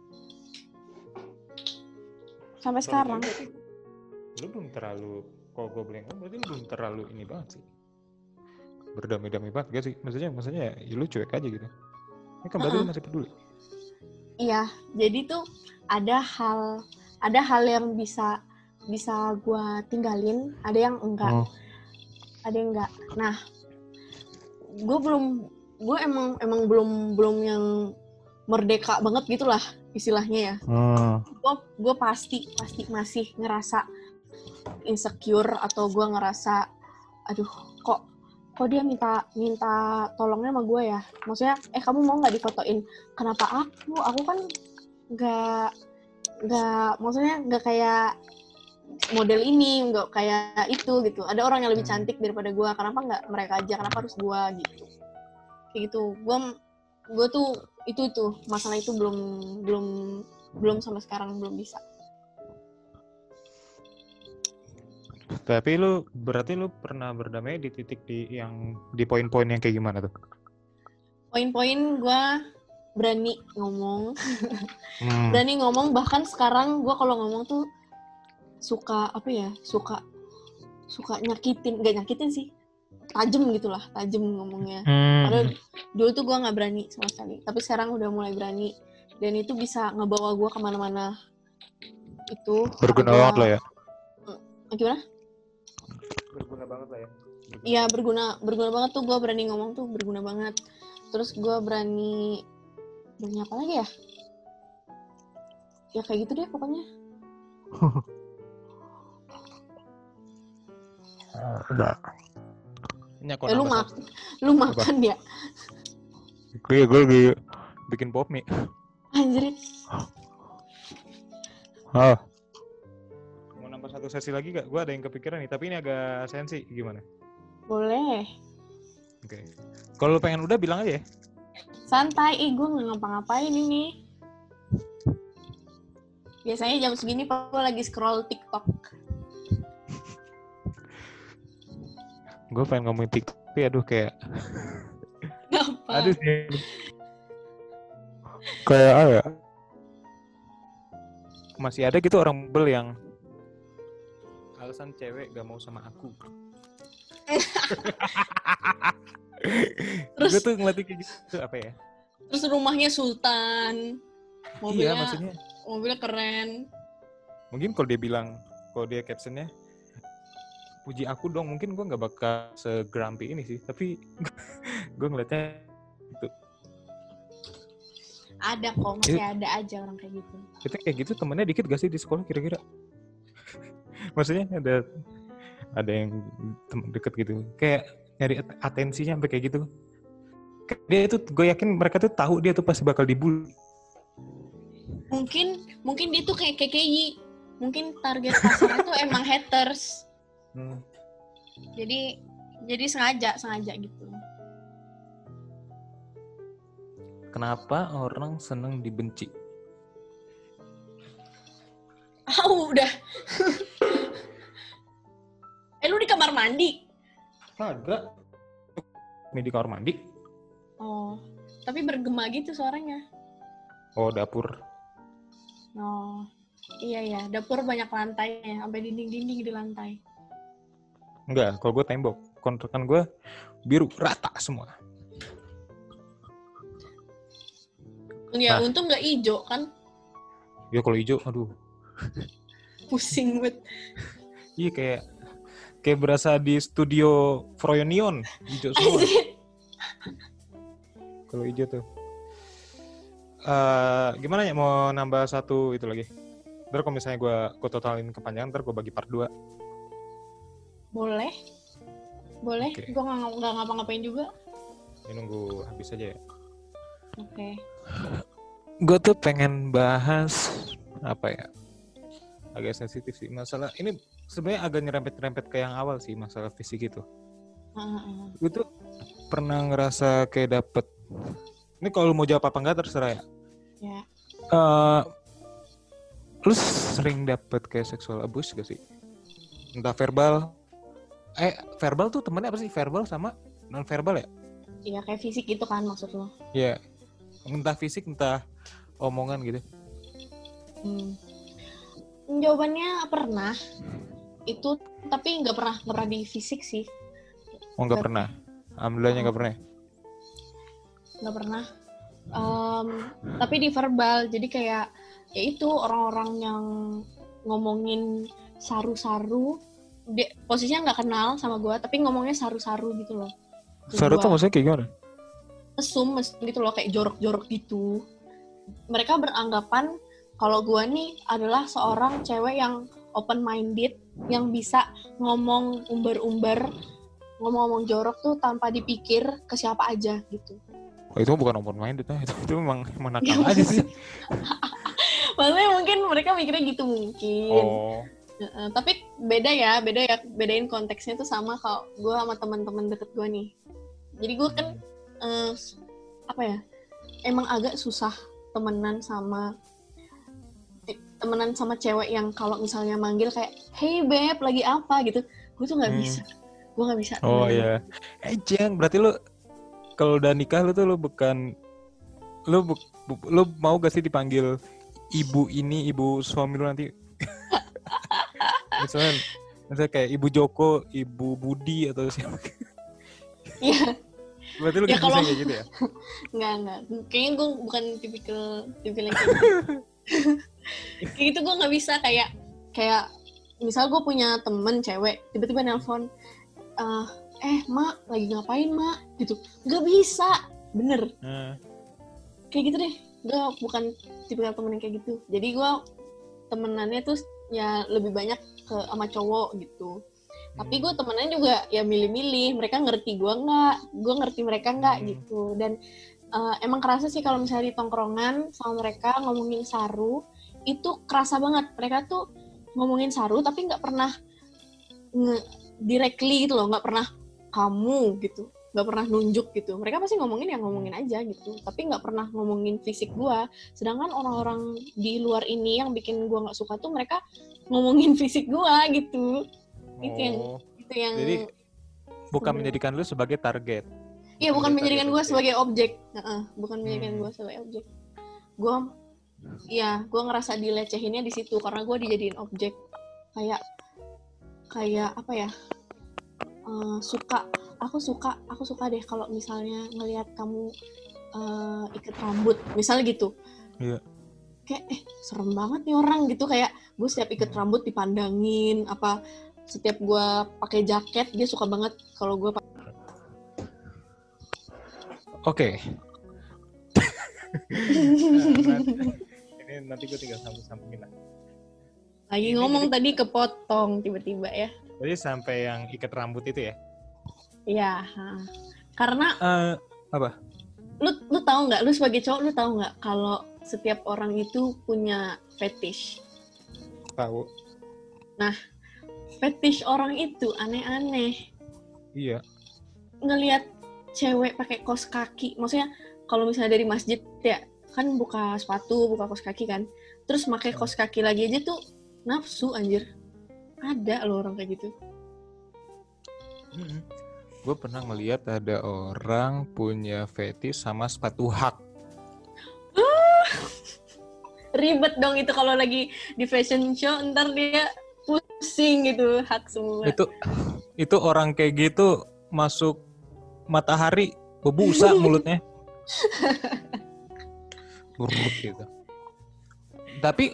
Sampai sekarang. Lu belum terlalu, kalau gue boleh ngomong, berarti lu belum terlalu ini banget sih. Berdamai-damai banget gak sih? Maksudnya ya lu cuek aja gitu. Ini kan berarti lu masih peduli. Iya, jadi tuh ada hal yang bisa gue tinggalin, ada yang enggak. Ada yang enggak. Nah, gue emang belum yang merdeka banget gitulah istilahnya ya. Gue pasti masih ngerasa insecure, atau gue ngerasa, aduh kok dia minta tolongnya sama gue ya. Maksudnya, kamu mau nggak difotoin? Kenapa aku kan nggak maksudnya nggak kayak model ini, nggak kayak itu gitu. Ada orang yang lebih cantik daripada gue, kenapa nggak mereka aja, kenapa harus gue gitu. Kayak gitu. Gue tuh itu masalah itu belum sampai sekarang belum bisa. Tapi berarti lu pernah berdamai di titik di poin-poin yang kayak gimana tuh? Poin-poin gue berani ngomong. Berani ngomong, bahkan sekarang gue kalau ngomong tuh suka nyakitin, nggak nyakitin sih, tajam ngomongnya. Padahal dulu tuh gue nggak berani sama sekali, tapi sekarang udah mulai berani, dan itu bisa ngebawa gue kemana-mana. Itu berguna banget lah ya. Gimana? Berguna banget lah ya. Iya, berguna banget tuh, gue berani ngomong tuh berguna banget. Terus gue berani apa lagi ya? Ya kayak gitu deh pokoknya. Udah. Lu makan ya? Gue lagi bikin pop mie. Anjir. Mau nambah satu sesi lagi gak? Gue ada yang kepikiran nih, tapi ini agak sensi. Gimana? Boleh. Oke. Kalau lu pengen udah bilang aja ya. Santai, gue nggak ngapa-ngapain ini. Biasanya jam segini gue lagi scroll TikTok. Gue pengen ngomongin TikTok, tapi aduh kayak... Kenapa? Aduh sih. Kayak apa ya? Masih ada gitu orang bel yang alasan cewek gak mau sama aku. Terus gue tuh ngeliatin kayak gitu apa ya? Terus rumahnya sultan. Mobilnya keren. Mungkin kalau dia captionnya puji aku dong, mungkin gue nggak bakal segrumpy ini sih, tapi gue ngeliatnya itu. Ada kok, masih ada aja orang kayak gitu. Kita kayak gitu temennya dikit gak sih di sekolah kira-kira? Maksudnya ada yang deket gitu, kayak nyari atensinya sampai kayak gitu. Dia tuh, gue yakin mereka tuh tahu dia tuh pasti bakal dibully. Mungkin dia tuh kayak KKI. Mungkin target pasarnya tuh emang haters. Jadi sengaja gitu. Kenapa orang seneng dibenci? Udah. Lu di kamar mandi? Agak di kamar mandi. Oh, tapi bergema gitu suaranya. Oh, dapur. Oh, iya, dapur banyak lantainya, sampai dinding-dinding di lantai. Enggak, kalau gue tembok. Kontrakan gue biru rata semua. Ya, Nah. untung nggak hijau kan? Ya kalau hijau, aduh. Pusing banget. Iya kayak berasa di studio Froyonion, hijau semua. Kalau hijau tuh. Gimana ya, mau nambah satu itu lagi? Ntar kalau misalnya gue totalin kepanjangan, ntar gue bagi part 2. Boleh. Okay. Gue nggak ngapa-ngapain juga. Ini nunggu habis aja ya. Oke. Gue tuh pengen bahas apa ya? Agak sensitif sih masalah ini. Sebenarnya agak nyerempet-nyerempet ke yang awal sih, masalah fisik itu. Gue tuh pernah ngerasa kayak dapet. Ini kalau lu mau jawab apa enggak terserah ya. Ya. Lu sering dapet kayak sexual abuse gak sih? Entah verbal. Verbal tuh temennya apa sih? Verbal sama non verbal ya? Iya, kayak fisik gitu kan maksud lo? Iya. Entah fisik, entah omongan gitu. Jawabannya pernah. Itu tapi nggak pernah di fisik sih. Oh, nggak pernah. Alhamdulillahnya nggak pernah. Nggak pernah. Tapi di verbal. Jadi kayak ya itu orang-orang yang ngomongin saru-saru. Posisinya nggak kenal sama gue, tapi ngomongnya saru-saru gitu loh. Saru tuh maksudnya kayak gimana? Mesum gitu loh, kayak jorok-jorok gitu. Mereka beranggapan kalau gue nih adalah seorang cewek yang open-minded, yang bisa ngomong umbar-umbar, ngomong-ngomong jorok tuh tanpa dipikir ke siapa aja gitu. Oh, itu bukan open-minded, itu memang nakal aja sih. Maksudnya mungkin mereka mikirnya gitu mungkin. Oh. Tapi bedain konteksnya tuh sama kalau gue sama teman-teman deket gue nih. Jadi gue kan emang agak susah temenan sama cewek yang kalau misalnya manggil kayak hey babe lagi apa gitu, gue tuh nggak bisa. Gue nggak bisa. Oh iya. Jeng, berarti lu kalau udah nikah lu tuh lu mau gak sih dipanggil ibu ini, ibu suami lu nanti? misalnya kayak Ibu Joko, Ibu Budi atau siapa? Iya. Berarti lu bisa kayak gitu ya? Enggak. Kayaknya gue bukan tipikal yang kayak gitu. Kayak gitu gue nggak bisa, kayak misal gue punya temen cewek tiba-tiba nelpon, mak lagi ngapain mak gitu, nggak bisa, bener. Kayak gitu deh, gue bukan tipikal temen yang kayak gitu. Jadi gue temenannya tuh ya lebih banyak sama cowok gitu. Tapi gue temenannya juga ya milih-milih, mereka ngerti gue ngerti mereka nggak gitu. Dan emang kerasa sih kalau misalnya di tongkrongan sama mereka ngomongin saru, itu kerasa banget. Mereka tuh ngomongin saru tapi nggak pernah directly gitu loh, nggak pernah kamu gitu, nggak pernah nunjuk gitu. Mereka pasti ngomongin aja gitu, tapi nggak pernah ngomongin fisik gue. Sedangkan orang-orang di luar ini yang bikin gue nggak suka tuh mereka ngomongin fisik gue gitu. Itu yang jadi bukan menjadikan lu sebagai target. Iya, bukan menjadikan gue sebagai objek. Bukan menjadikan gue sebagai objek. Gue ngerasa dilecehinnya di situ karena gue dijadiin objek. Kayak apa ya? Aku suka deh kalau misalnya ngelihat kamu ikat rambut, misalnya gitu. Iya. Kayak serem banget nih orang gitu, kayak gue setiap ikat rambut dipandangin, apa setiap gue pakai jaket dia suka banget kalau gue Oke. Ini nanti gue tinggal sambung-sambungin lah. Lagi ngomong tadi kepotong tiba-tiba ya. Jadi sampai yang ikat rambut itu ya? Iya. Karena apa? Lu tahu nggak? Lu sebagai cowok lu tahu nggak kalau setiap orang itu punya fetish? Tahu. Nah, fetish orang itu aneh-aneh. Iya. Ngelihat cewek pakai kaos kaki, maksudnya kalau misalnya dari masjid ya kan buka sepatu, buka kaos kaki kan, terus pakai kaos kaki lagi aja tuh nafsu anjir. Ada loh orang kayak gitu. gue pernah melihat ada orang punya fetish sama sepatu hak. Ribet dong itu kalau lagi di fashion show, ntar dia pusing gitu, hak semua. Itu orang kayak gitu masuk matahari bebusa mulutnya. Buruk gitu. Tapi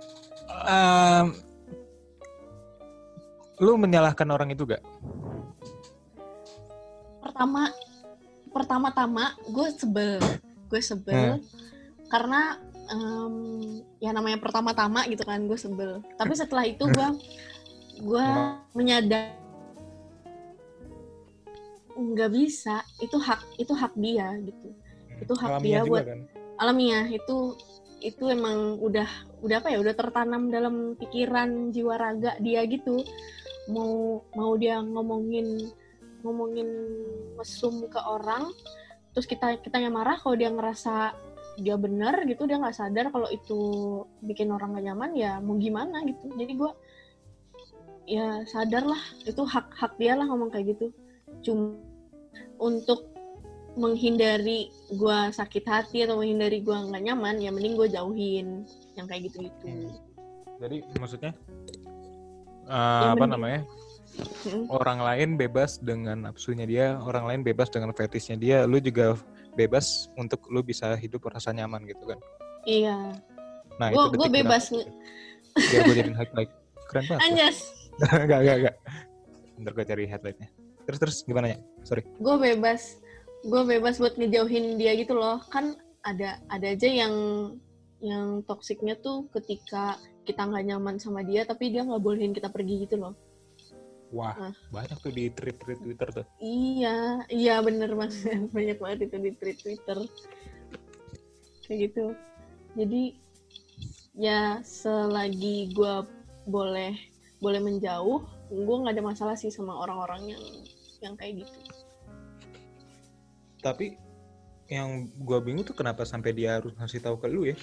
lu menyalahkan orang itu gak? Pertama-tama gue sebel karena ya namanya pertama-tama gitu kan, gue sebel. Tapi setelah itu gue menyadari nggak bisa, itu hak dia gitu. Itu hak alamiah dia buat kan? Alamiah. Itu emang udah apa ya, udah tertanam dalam pikiran jiwa raga dia gitu. Mau dia ngomongin mesum ke orang, terus kitanya marah kalau dia ngerasa dia benar gitu, dia nggak sadar kalau itu bikin orang gak nyaman, ya mau gimana gitu. Jadi gue ya sadar lah, itu hak dia lah ngomong kayak gitu. Cuma untuk menghindari gue sakit hati atau menghindari gue nggak nyaman, ya mending gue jauhin yang kayak gitu-gitu. Jadi maksudnya apa namanya? Orang lain bebas dengan nafsunya dia, orang lain bebas dengan fetishnya dia, lu juga bebas untuk lu bisa hidup rasa nyaman gitu kan? Iya. Nah, gue bebas. Biar gue jadiin highlight. Keren banget. Anjas. Enggak. Bentar gue cari headlightnya. Terus gimana ya? Sorry. Gue bebas buat ngejauhin dia gitu loh. Kan ada aja yang toksiknya tuh ketika kita nggak nyaman sama dia, tapi dia nggak bolehin kita pergi gitu loh. Wah, banyak tuh di tweet Twitter tuh. Iya bener Mas. Banyak banget itu di tweet Twitter. Kayak gitu. Jadi ya selagi gue boleh menjauh, gue nggak ada masalah sih sama orang-orang yang kayak gitu. Tapi yang gue bingung tuh kenapa sampai dia harus ngasih tahu ke lu ya?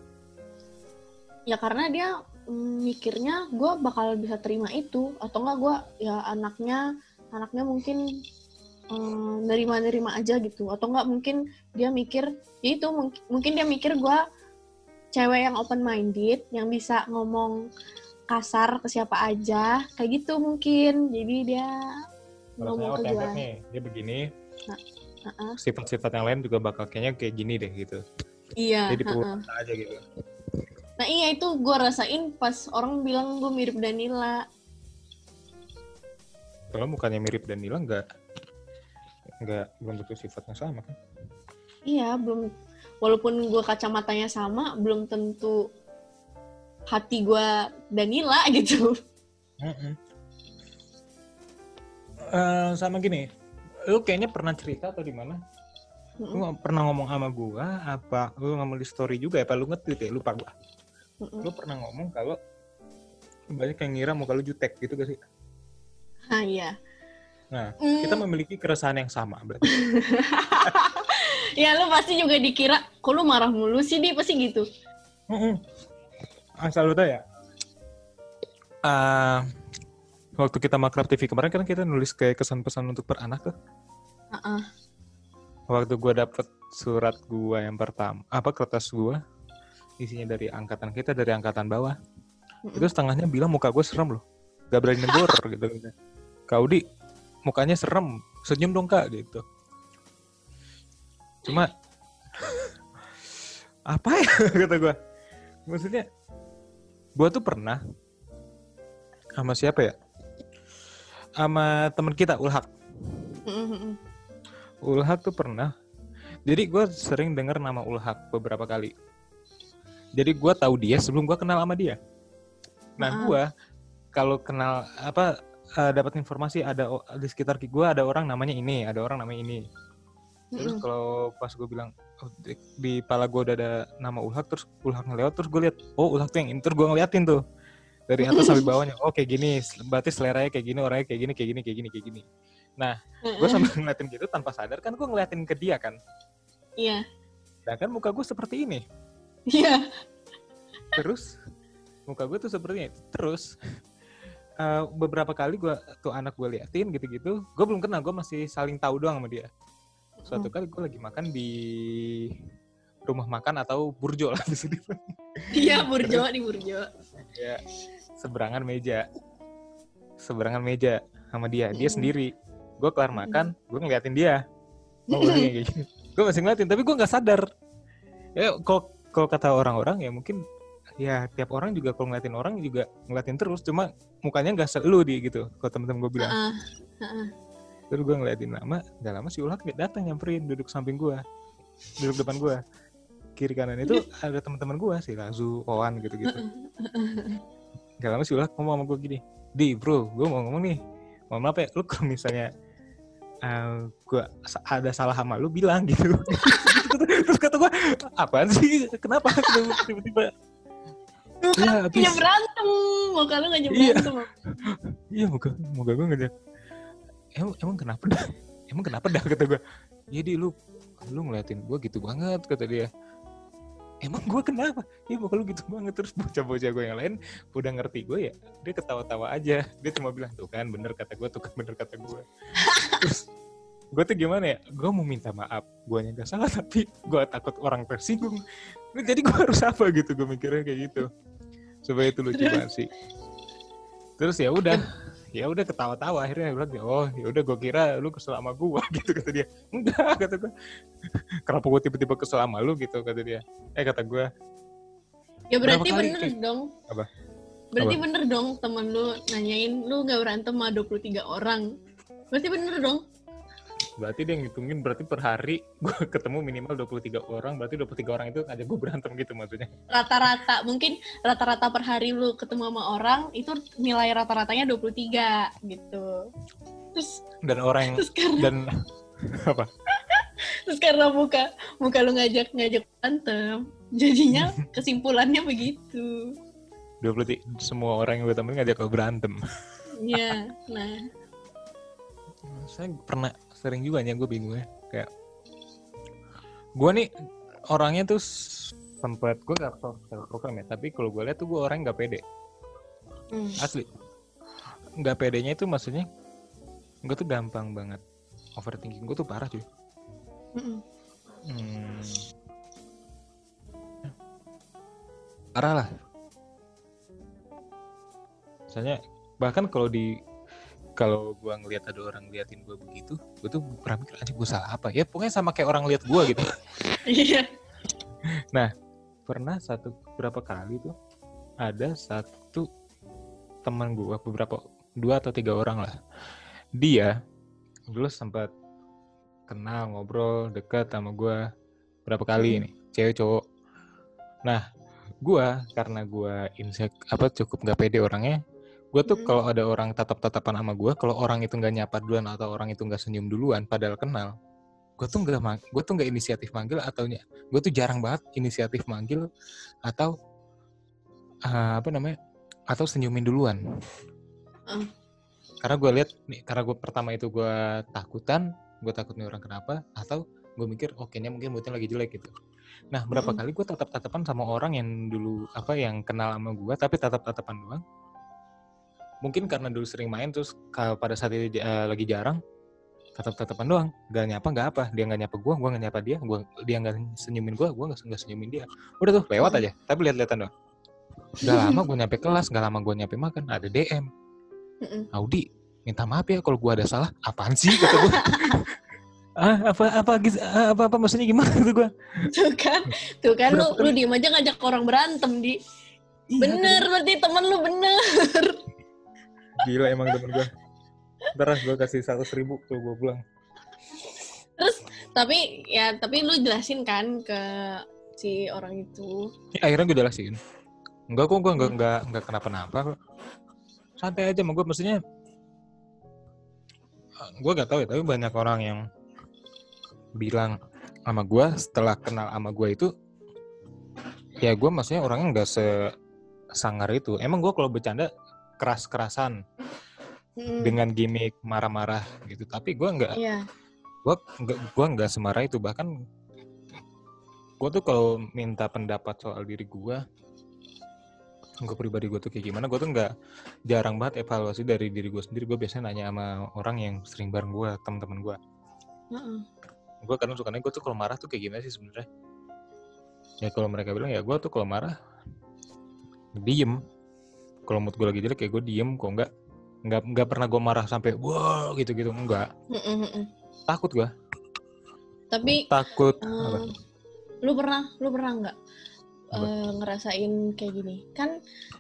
Ya karena dia mikirnya gue bakal bisa terima itu, atau enggak gue ya anaknya mungkin nerima aja gitu, atau enggak mungkin dia mikir ya itu mungkin dia mikir gue cewek yang open minded, yang bisa ngomong kasar ke siapa aja kayak gitu mungkin. Jadi dia ngomong ke gue nih, dia begini. Sifat-sifat yang lain juga bakal kayaknya kayak gini deh gitu. Iya. Jadi perlu aja gitu. Nah iya, itu gue rasain pas orang bilang gue mirip Danila. Kalau mukanya mirip Danila belum tentu sifatnya sama kan? Iya, belum. Walaupun gue kacamatanya sama, belum tentu hati gue Danila gitu. Sama gini, lu kayaknya pernah cerita atau di mana? Lu pernah ngomong sama gue, apa lu ngomong di story juga ya? Apa lu nge-tweet ya? Lupa gue. Lu pernah ngomong kalau banyak yang ngira muka lu jutek gitu gak sih? Iya. Nah, kita memiliki keresahan yang sama berarti. Ya lu pasti juga dikira, kok lu marah mulu sih, dia pasti gitu. Asal lu tau ya, waktu kita Makrab TV kemarin kan kita nulis kayak kesan-pesan untuk beranak tuh. Waktu gue dapet surat gue yang pertama, kertas gue, isinya dari angkatan kita, dari angkatan bawah. Itu setengahnya bilang muka gue serem loh, gak berani negor gitu. Kak Udi, mukanya serem, senyum dong kak gitu. Cuma apa ya kata gue, maksudnya gue tuh pernah sama siapa ya, sama teman kita Ulhak tuh pernah. Jadi gue sering dengar nama Ulhak beberapa kali. Jadi gue tahu dia sebelum gue kenal sama dia. Nah gue kalau kenal dapat informasi ada di sekitar gue ada orang namanya ini, ada orang namanya ini. Terus kalau pas gue bilang di kepala gue udah ada nama Ulhak, terus Ulhak ngelewat, terus gue lihat Ulhak tuh yang ini, terus gue ngeliatin tuh dari atas sampai bawahnya, kayak gini, berarti seleranya kayak gini, orangnya kayak gini. Nah gue sambil ngeliatin gitu tanpa sadar kan gue ngeliatin ke dia kan. Iya. Nah kan muka gue seperti ini. Iya. Terus muka gue tuh seperti ini. Terus beberapa kali gue tuh anak gue liatin gitu-gitu, gue belum kenal, gue masih saling tahu doang sama dia. Suatu kali gue lagi makan di rumah makan atau burjo lah di sini. Iya, burjo di burjo. Ya, seberangan meja sama dia sendiri. Gue kelar makan, gue ngeliatin dia. Kayak gini. Gue masih ngeliatin, tapi gue nggak sadar. Ya, kalau kata orang-orang ya mungkin ya tiap orang juga kalau ngeliatin orang juga ngeliatin terus, cuma mukanya nggak selalu di gitu. Kalau temen-temen gue bilang. Terus gue ngeliatin nggak lama si Ulak datang nyamperin, duduk samping gue, duduk depan gue. Kiri kanan itu ada teman-teman gue, si Lazu, Owan gitu-gitu. Gak lama si Ulak ngomong sama gue gini, "Di bro, gue mau ngomong nih, mohon maaf ya, lu kalau misalnya gue ada salah sama lu bilang gitu." Terus kata gue, "Apaan sih? Kenapa tiba-tiba?" Ya, abis berantem, muka lu ngajak berantem. Iya, muka gue ngajak. Emang kenapa dah kata gue. Jadi lu ngeliatin gue gitu banget kata dia. Emang gue kenapa? Ya muka lu gitu banget. Terus bocah-bocah gue yang lain udah ngerti gue ya, dia ketawa-tawa aja. Dia cuma bilang, tuh kan bener kata gue. Terus gue tuh gimana ya, gue mau minta maaf, guanya gak salah, tapi gue takut orang tersinggung. Jadi gue harus apa gitu, gue mikirnya kayak gitu. Supaya itu lucu banget sih. Terus ya udah ketawa-tawa, akhirnya bilang, oh ya udah, gue kira lu kesel sama gue gitu, kata dia. Enggak, kata gue, kenapa gue tiba-tiba kesel sama lu gitu, kata dia. Kata gue, ya berarti bener dong. Apa? Berarti bener dong temen lu nanyain lu gak berantem sama 23 orang. Berarti bener dong. Berarti dia ngitungin, berarti per hari gue ketemu minimal 23 orang, berarti 23 orang itu aja gue berantem gitu maksudnya. Rata-rata, mungkin rata-rata per hari lu ketemu sama orang, itu nilai rata-ratanya 23 gitu. Terus dan orang dan apa? Terus karena muka lu ngajak berantem, jadinya kesimpulannya begitu. 23 semua orang yang gue temuin ngajak gue berantem. Iya, nah. Saya pernah sering juga nih, gue bingung ya, kayak gue nih orangnya tuh sempet, gue gak tau secara program ya, tapi kalau gue lihat tuh gue orang gak pede. Asli gak pedenya itu maksudnya gue tuh gampang banget overthinking, gue tuh parah cuy. Parah lah. Misalnya bahkan kalau gue ngelihat ada orang ngeliatin gue begitu, gue tuh pernah mikir, anjir gue salah apa ya, pokoknya sama kayak orang lihat gue gitu. Iya. Nah, pernah beberapa kali tuh ada satu teman gue, 2 atau 3 orang lah, dia dulu sempat kenal, ngobrol dekat sama gue berapa kali nih, cewek cowok. Nah, gue karena gue cukup nggak pede orangnya. Gue tuh kalau ada orang tatap-tatapan sama gue, kalau orang itu nggak nyapa duluan atau orang itu nggak senyum duluan, padahal kenal, gue tuh nggak inisiatif manggil, atau gue tuh jarang banget inisiatif manggil atau atau senyumin duluan. Karena gue lihat nih, karena gue pertama itu gue takut nih orang kenapa, atau gue mikir kayaknya mungkin moodnya lagi jelek gitu. Nah, berapa kali gue tatap-tatapan sama orang yang dulu yang kenal sama gue, tapi tatap-tatapan doang. Mungkin karena dulu sering main, terus pada saat itu lagi jarang, tatap-tatapan doang, gak nyapa, gak apa. Dia gak nyapa gue gak nyapa dia, dia gak senyumin gue gak senyumin dia. Udah tuh, lewat aja, tapi lihat-lihatan doang. Gak lama gue nyampe kelas, gak lama gue nyampe makan, ada DM. Audi, minta maaf ya kalau gue ada salah. Apaan sih, kata gue. Apa maksudnya gimana tuh gue? Tuh kan lu diem aja ngajak orang berantem, Di. Iya, bener, berarti temen lu bener. Gila emang temen gue. Ntar gue kasih 100.000 tuh gue pulang. Terus tapi lu jelasin kan ke si orang itu. Akhirnya gue jelasin. Enggak kok, gue enggak kenapa-napa kok. Santai aja sama gue, maksudnya gue gak tahu ya, tapi banyak orang yang bilang sama gue setelah kenal sama gue itu, ya gue maksudnya orangnya gak sesangar itu. Emang gue kalau bercanda keras-kerasan dengan gimmick marah-marah gitu, tapi gue nggak, gue nggak semarah itu. Bahkan gue tuh kalau minta pendapat soal diri gue gue pribadi gue tuh kayak gimana. Gue tuh nggak, jarang banget evaluasi dari diri gue sendiri. Gue biasanya nanya sama orang yang sering bareng gue, teman-teman gue. Gue kadang suka nanya, gue tuh kalau marah tuh kayak gimana sih sebenarnya. Ya kalau mereka bilang ya gue tuh kalau marah diem. Kalau mood gue lagi jelek kayak gue diem. Kok nggak pernah gue marah sampai wow gitu enggak. Takut gue. Tapi takut lu pernah nggak ngerasain kayak gini kan?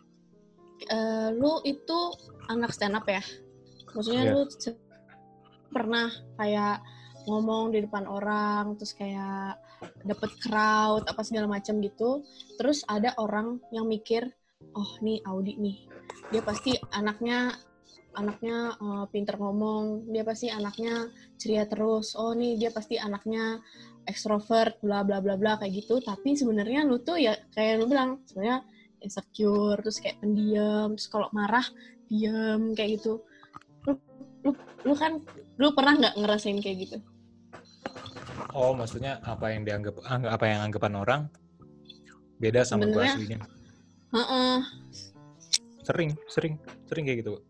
Lu itu anak stand up ya, maksudnya lu pernah kayak ngomong di depan orang terus kayak dapet crowd apa segala macam gitu, terus ada orang yang mikir, oh nih Audi nih, dia pasti anaknya pinter ngomong, dia pasti anaknya ceria terus, oh nih dia pasti anaknya ekstrovert, bla bla bla bla kayak gitu. Tapi sebenarnya lu tuh ya kayak lu bilang sebenarnya insecure, terus kayak pendiam, terus kalau marah diam kayak gitu. Lu kan pernah nggak ngerasain kayak gitu? Oh, maksudnya apa yang anggapan orang beda sama gue aslinya. Sering kayak gitu.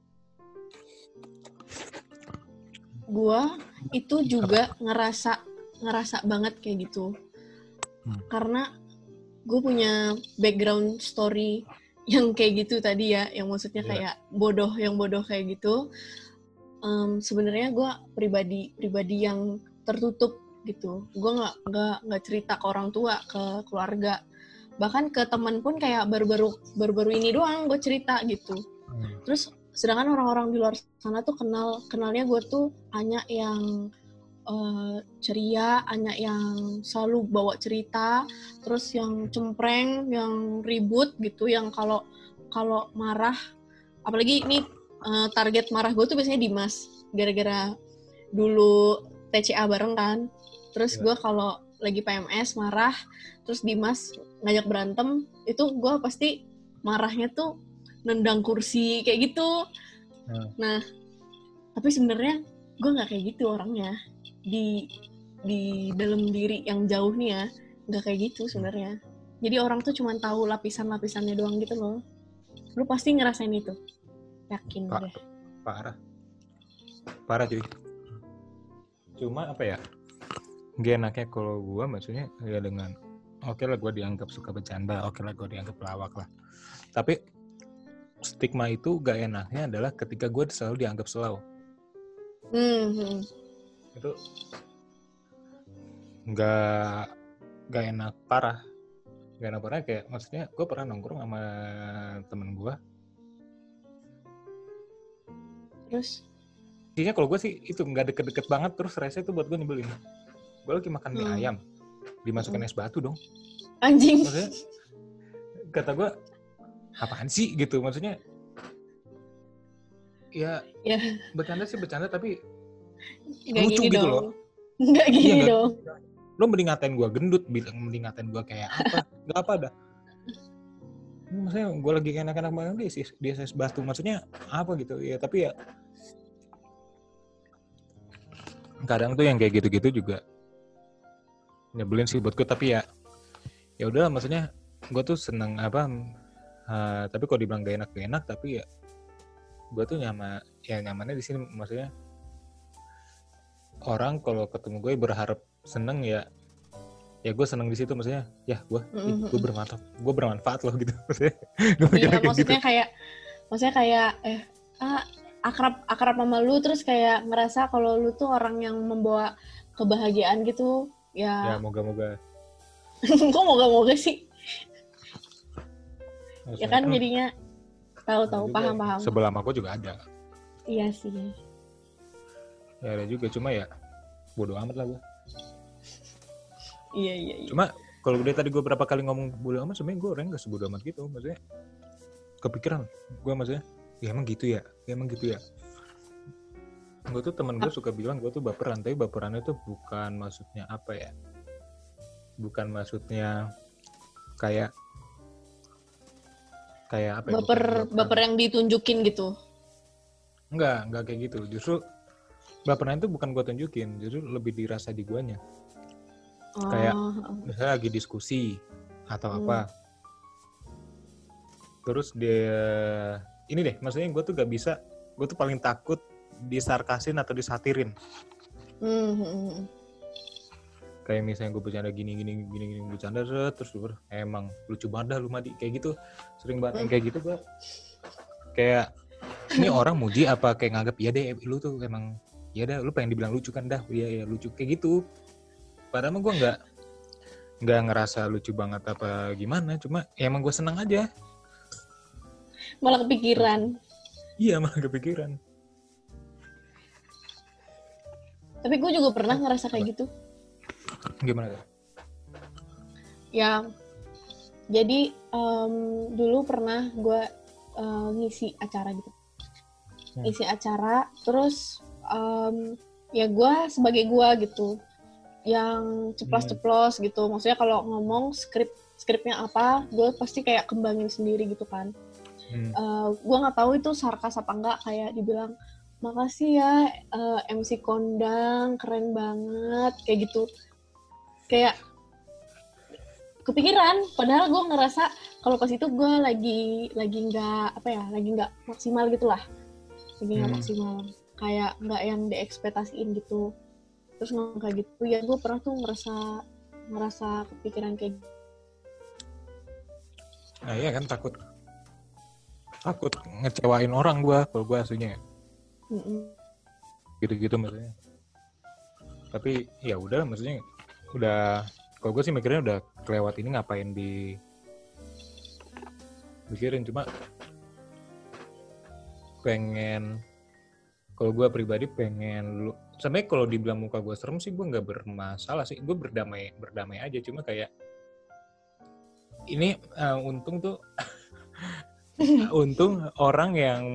Gue itu juga ngerasa banget kayak gitu. Karena gue punya background story yang kayak gitu tadi ya, yang maksudnya kayak bodoh kayak gitu. Sebenarnya gue pribadi yang tertutup gitu. Gue nggak cerita ke orang tua, ke keluarga, bahkan ke teman pun kayak baru-baru ini doang gue cerita gitu. Terus sedangkan orang-orang di luar sana tuh kenalnya gue tuh Anya yang ceria, Anya yang selalu bawa cerita, terus yang cempreng, yang ribut gitu, yang kalau marah, apalagi ini target marah gue tuh biasanya Dimas, gara-gara dulu TCA bareng kan. Terus gue kalau lagi PMS marah, terus Dimas ngajak berantem, itu gue pasti marahnya tuh nendang kursi kayak gitu. Nah, tapi sebenarnya gue nggak kayak gitu orangnya. Di dalam diri yang jauh nih ya, nggak kayak gitu sebenarnya. Jadi orang tuh cuma tahu lapisan-lapisannya doang gitu loh. Lu pasti ngerasain itu, yakin deh. Parah cuy. Cuma apa ya, gak enaknya kalau gue maksudnya ya dengan oke lah gue dianggap suka bercanda, oke lah gue dianggap pelawak lah, tapi stigma itu gak enaknya adalah ketika gue selalu dianggap slow. Itu gak enak parah. Kayak maksudnya gue pernah nongkrong sama temen gue. Terus? Intinya kalau gue sih itu gak deket-deket banget, terus rese itu buat gue nyebelin. Gue lagi makan mie ayam, dimasukin es batu dong. Anjing. Maksudnya kata gue, apaan sih gitu, maksudnya ya bercanda sih bercanda tapi gak lucu gitu dong. Loh. Gak gini dong. Lo mending ngatain gue gendut, mending ngatain gue kayak apa, gak apa dah. Maksudnya gue lagi enak-enak banget dia es batu, maksudnya apa gitu ya. Tapi ya kadang tuh yang kayak gitu-gitu juga nyebelin sih buat gue. Tapi ya udah, maksudnya gue tuh seneng tapi kalau dibilang gak enak tapi ya gue tuh nyamannya di sini. Maksudnya orang kalau ketemu gue berharap seneng ya gue seneng di situ. Maksudnya ya gue bermanfaat loh gitu. Maksudnya kayak akrab sama lu, terus kayak ngerasa kalau lu tuh orang yang membawa kebahagiaan gitu ya. Ya moga-moga. Kok moga-moga sih? Ya kan jadinya tahu paham. Sebelah sama gue juga ada. Iya sih. Ya ada juga, cuma ya bodo amat lah gue. Iya. Cuma kalau dari tadi gue berapa kali ngomong bodo amat, sebenarnya gue orangnya gak sebodo amat gitu. Maksudnya kepikiran gue, maksudnya ya emang gitu ya. Gue tuh temen gue suka bilang gue tuh baperan, tapi baperannya tuh bukan maksudnya apa ya, bukan maksudnya kayak apa ya, baper yang ditunjukin gitu. Enggak kayak gitu. Justru baperan itu bukan gue tunjukin, justru lebih dirasa di guanya. Kayak misalnya lagi diskusi atau apa, Terus dia ini deh, maksudnya gue tuh gak bisa, gue tuh paling takut disarkasin atau disatirin. Kayak misalnya gue bercanda gini bercanda terus gue emang lucu banget dah lu Madi kayak gitu, sering banget yang kayak gitu. Gue kayak ini orang muji apa kayak nganggap ya deh lu tuh emang ya dah lu pengen dibilang lucu kan dah, ya lucu kayak gitu. Padahal mah gue nggak ngerasa lucu banget apa gimana, cuma ya emang gue senang aja. Malah kepikiran. Iya malah kepikiran. Tapi gue juga pernah ngerasa kayak gitu. Gimana tuh? Ya, jadi dulu pernah gue ngisi acara gitu. Ngisi acara, terus ya gue sebagai gue gitu, yang ceplos-ceplos gitu. Maksudnya kalau ngomong skripnya apa, gue pasti kayak kembangin sendiri gitu kan. Gue nggak tahu itu sarkas apa enggak, kayak dibilang makasih ya MC kondang keren banget kayak gitu, kayak kepikiran. Padahal gue ngerasa kalau pas itu gue lagi nggak maksimal gitulah, lagi nggak maksimal, kayak nggak yang diekspektasiin gitu. Terus ngomong kayak gitu ya, gue pernah tuh ngerasa kepikiran kayak gitu. Nah iya kan, takut ngecewain orang gue kalau gue aslinya gitu maksudnya. Tapi ya udah, maksudnya udah, kalau gue sih mikirnya udah kelewat ini, ngapain pikirin. Cuma pengen, kalau gue pribadi pengen lu, sebenarnya kalau dibilang muka gue serem sih gue nggak bermasalah sih, gue berdamai aja. Cuma kayak ini untung tuh untung orang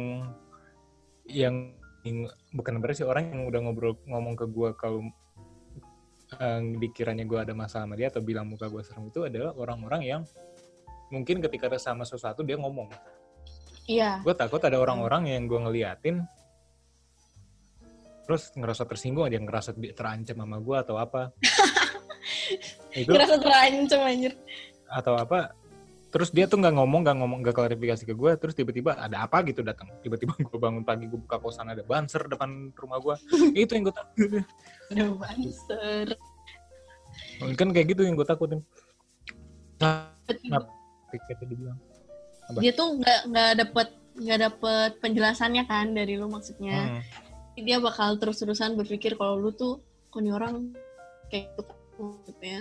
yang bukan berarti sih, orang yang udah ngomong ke gue kalau dikiranya gue ada masalah sama dia atau bilang muka gue serem itu adalah orang-orang yang mungkin ketika ada sama sesuatu dia ngomong. Iya. Gue takut ada orang-orang yang gue ngeliatin terus ngerasa tersinggung aja, ngerasa terancam sama gue atau apa. Itu ngerasa terancam anjir. Atau apa, terus dia tuh nggak klarifikasi ke gue, terus tiba-tiba ada apa gitu datang. Tiba-tiba gue bangun pagi, gue buka kosan ada banser depan rumah gue. Itu yang gue takut. Ada banser. Kan kayak gitu yang gue takutin. Dibilang. Dia tuh nggak dapet penjelasannya kan dari lu maksudnya. Dia bakal terus-terusan berpikir kalau lu tuh kok nih orang kayak gitu ya.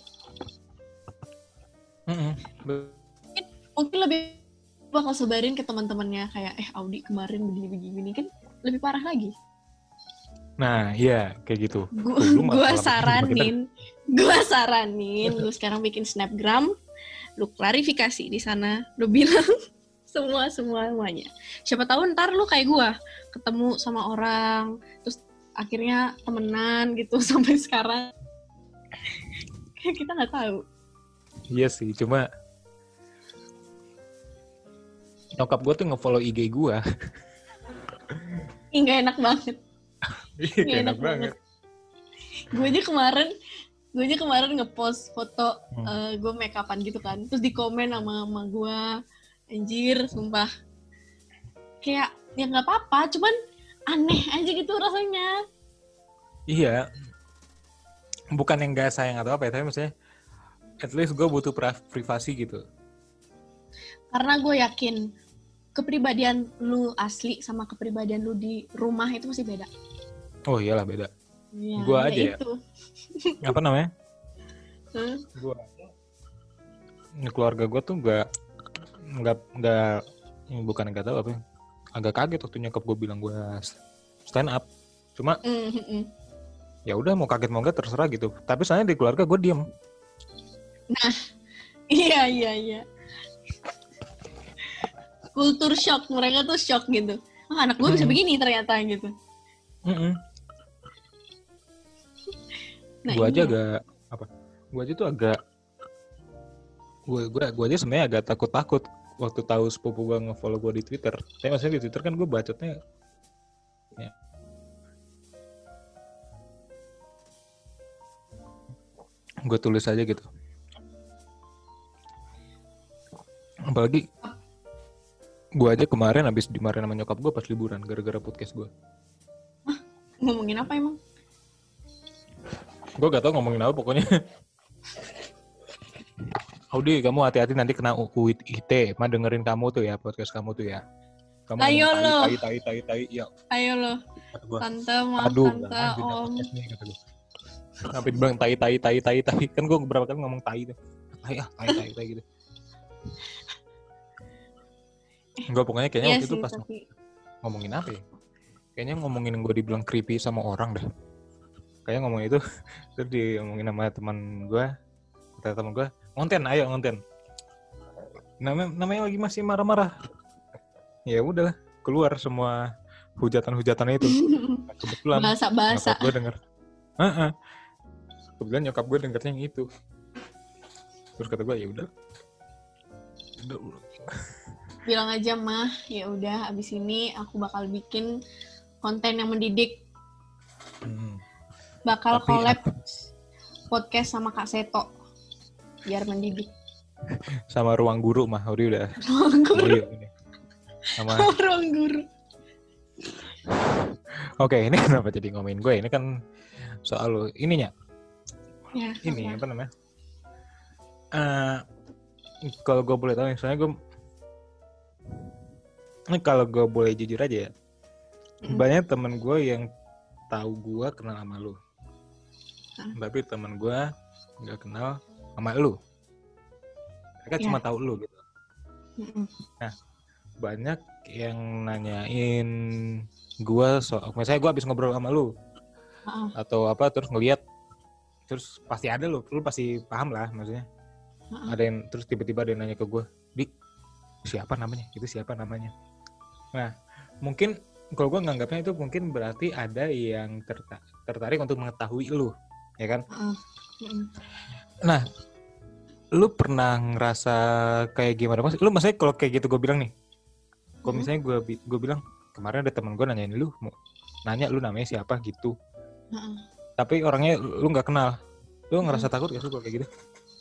Mungkin lebih bakal sebarin ke teman-temannya kayak Audi kemarin begini kan lebih parah lagi. Nah iya kayak gitu. Gue saranin lu sekarang bikin snapgram, lu klarifikasi di sana, lu bilang semuanya. Siapa tahu ntar lu kayak gue, ketemu sama orang terus akhirnya temenan gitu sampai sekarang. Kita nggak tahu. Iya sih, cuma nyokap gue tuh nge-follow IG gue. Nggak enak banget. Iya enak banget. Gue aja kemarin ngepost foto gue make upan gitu kan, terus di komen sama gue, anjir sumpah kayak ya nggak apa-apa, cuman aneh aja gitu rasanya. Iya, bukan yang gak sayang atau apa ya, tapi maksudnya at least gue butuh privasi gitu. Karena gue yakin kepribadian lu asli sama kepribadian lu di rumah itu masih beda. Oh iyalah beda. Ya, gue aja ya. Apa namanya? Gue keluarga gue tuh nggak bukan nggak tahu apa, agak kaget waktu nyokap gue bilang gue stand up. Cuma ya udah mau kaget mau nggak terserah gitu. Tapi soalnya di keluarga gue diem. Nah, iya. Kultur shock, mereka tuh shock gitu. Oh, anak gue bisa begini ternyata gitu. Nah, gue aja agak apa? Gue aja tuh agak gue aja sebenarnya agak takut waktu tahu sepupu gue nge-follow gue di Twitter. Tapi maksudnya di Twitter kan gue bacotnya ya. Gue tulis aja gitu. Apalagi Gue aja kemarin habis dimarahin sama nyokap gue pas liburan gara-gara podcast gue. Ngomongin apa emang? Gue gak tau ngomongin apa pokoknya. Audi, kamu hati-hati nanti kena UIT ITE. Ma dengerin kamu tuh ya, podcast kamu tuh ya. Kamu Ayo lo. tai. Ya. Ayo lo. Tante, maaf Aduh, tante, om. Nih, kata gue. Sampai bilang tai. Kan gue beberapa kali ngomong tai tuh. Tai gitu. Enggak, pokoknya kayaknya Iya waktu itu sih, pas tapi ngomongin apa ya? Kayaknya ngomongin gue dibilang creepy sama orang dah. Kayaknya ngomong itu terus diomongin sama teman gue. Kata teman gue, ayo ngonten. Namanya lagi masih marah-marah. Ya udahlah, keluar semua hujatan-hujatan itu. Kebetulan bahasa-bahasa. nyokap gue denger. Kebetulan nyokap gue dengernya yang itu. Terus kata gue, ya udah. Bilang aja mah, ya udah abis ini aku bakal bikin konten yang mendidik. Bakal collab podcast sama Kak Seto biar mendidik. Sama Ruang Guru mah, udah. Ruang Guru. Sama Ruang Guru. Oke, ini kenapa jadi ngomongin gue? Ini kan soal ininya. Ya, ini apa namanya? Kalau gue boleh tahu, misalnya kalau gue boleh jujur aja ya, banyak temen gue yang tahu gue kenal sama lu, tapi temen gue nggak kenal sama lu. Mereka cuma tahu lu gitu. Nah, banyak yang nanyain gue misalnya gue habis ngobrol sama lu atau apa, terus ngelihat, terus pasti ada lu pasti paham lah maksudnya. Ada yang terus tiba-tiba ada yang nanya ke gue, Dik, siapa namanya? Itu siapa namanya? Nah, mungkin kalau gue nganggapnya itu mungkin berarti ada yang tertarik untuk mengetahui lu, ya kan? Nah, lu pernah ngerasa kayak gimana? Lu maksudnya kalau kayak gitu gue bilang nih, kalau misalnya gue bilang kemarin ada teman gue nanyain lu, nanya lu namanya siapa gitu, tapi orangnya lu nggak kenal, lu ngerasa takut gak sih kalau kayak gitu?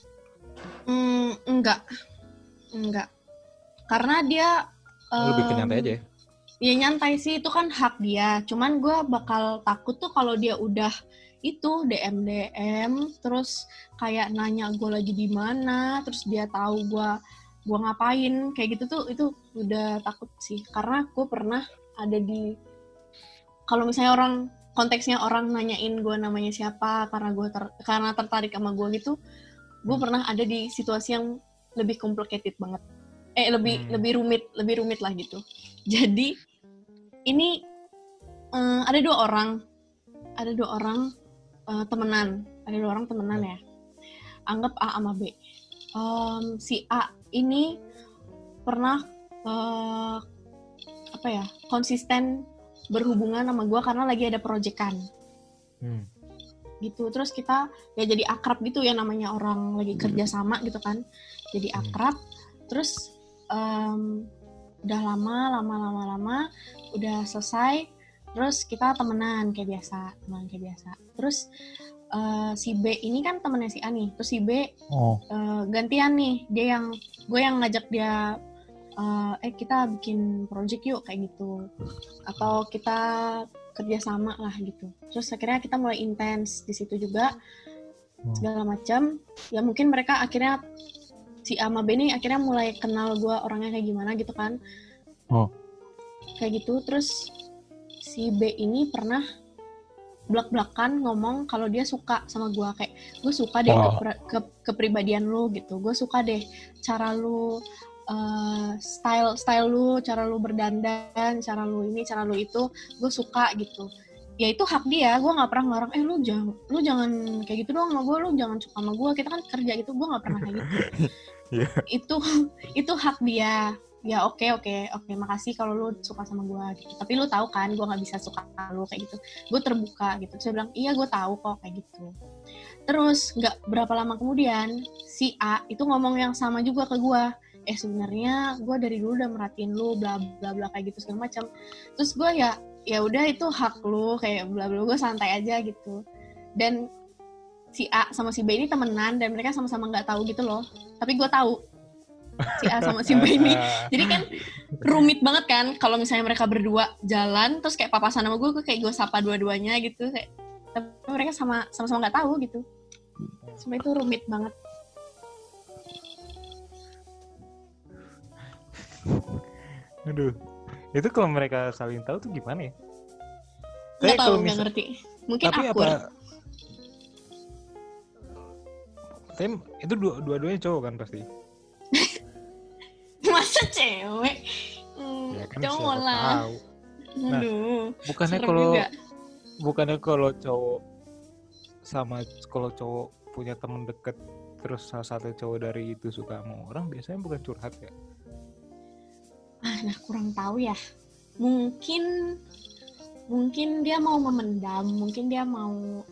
Enggak. Karena dia lebih ke nyantai aja ya? Ya nyantai sih, itu kan hak dia. Cuman gue bakal takut tuh kalau dia udah itu DM terus kayak nanya gue lagi di mana, terus dia tahu gue ngapain kayak gitu tuh, itu udah takut sih. Karena gue pernah ada di, kalau misalnya konteksnya orang nanyain gue namanya siapa karena tertarik sama gue gitu, gue pernah ada di situasi yang lebih complicated banget, lebih rumit lah gitu. Jadi ini ada dua orang temenan ya. Anggap A sama B. Si A ini pernah konsisten berhubungan sama gue karena lagi ada proyekan. Gitu, terus kita ya jadi akrab gitu ya, namanya orang lagi kerja sama gitu kan, jadi akrab. Terus udah lama udah selesai, terus kita temenan kayak biasa. Terus si B ini kan temennya si A nih, terus si B gantian nih, gue yang ngajak dia, kita bikin project yuk kayak gitu, atau kita kerja sama lah gitu. Terus akhirnya kita mulai intens di situ juga, segala macam. Ya mungkin mereka akhirnya, si A sama B ini akhirnya mulai kenal gue orangnya kayak gimana gitu kan. Kayak gitu. Terus si B ini pernah belak-belakan ngomong kalau dia suka sama gue, kayak gue suka deh kepribadian lu gitu, gue suka deh cara lu, style lu, cara lu berdandan, cara lu ini, cara lu itu, gue suka gitu. Ya itu hak dia, gue nggak pernah ngelarang, lu jangan kayak gitu dong sama gue, lu jangan suka sama gue, kita kan kerja gitu, gue nggak pernah kayak gitu. Itu hak dia. Ya oke, makasih kalau lu suka sama gue gitu. Tapi lu tahu kan gue nggak bisa suka sama lu kayak gitu. Gue terbuka gitu. Terus saya bilang, iya gue tahu kok kayak gitu. Terus nggak berapa lama kemudian si A itu ngomong yang sama juga ke gue. Sebenarnya gue dari dulu udah merhatiin lu, bla bla bla kayak gitu segala macam. Terus gue ya udah itu hak lu, kayak bla bla, gue santai aja gitu. Dan si A sama si B ini temenan dan mereka sama-sama nggak tahu gitu loh. Tapi gue tahu. si A sama si B ini. Jadi kan rumit banget kan kalau misalnya mereka berdua jalan terus kayak papasan sama gue kayak gue sapa dua-duanya gitu kayak, tapi mereka sama-sama nggak tahu gitu. Sampai itu rumit banget. Aduh, itu kalau mereka saling tahu tuh gimana ya? Nggak tahu, nggak ngerti. Mungkin tapi akur. Tapi itu dua-duanya cowok kan pasti? Masa cewek? Ya kan cowok siapa lah. tahu. Nah, Aduh, bukannya kalau cowok sama kalau cowok punya teman deket terus salah satu cowok dari itu suka sama orang biasanya bukan curhat ya? Nah kurang tahu ya. Mungkin dia mau memendam, mungkin dia mau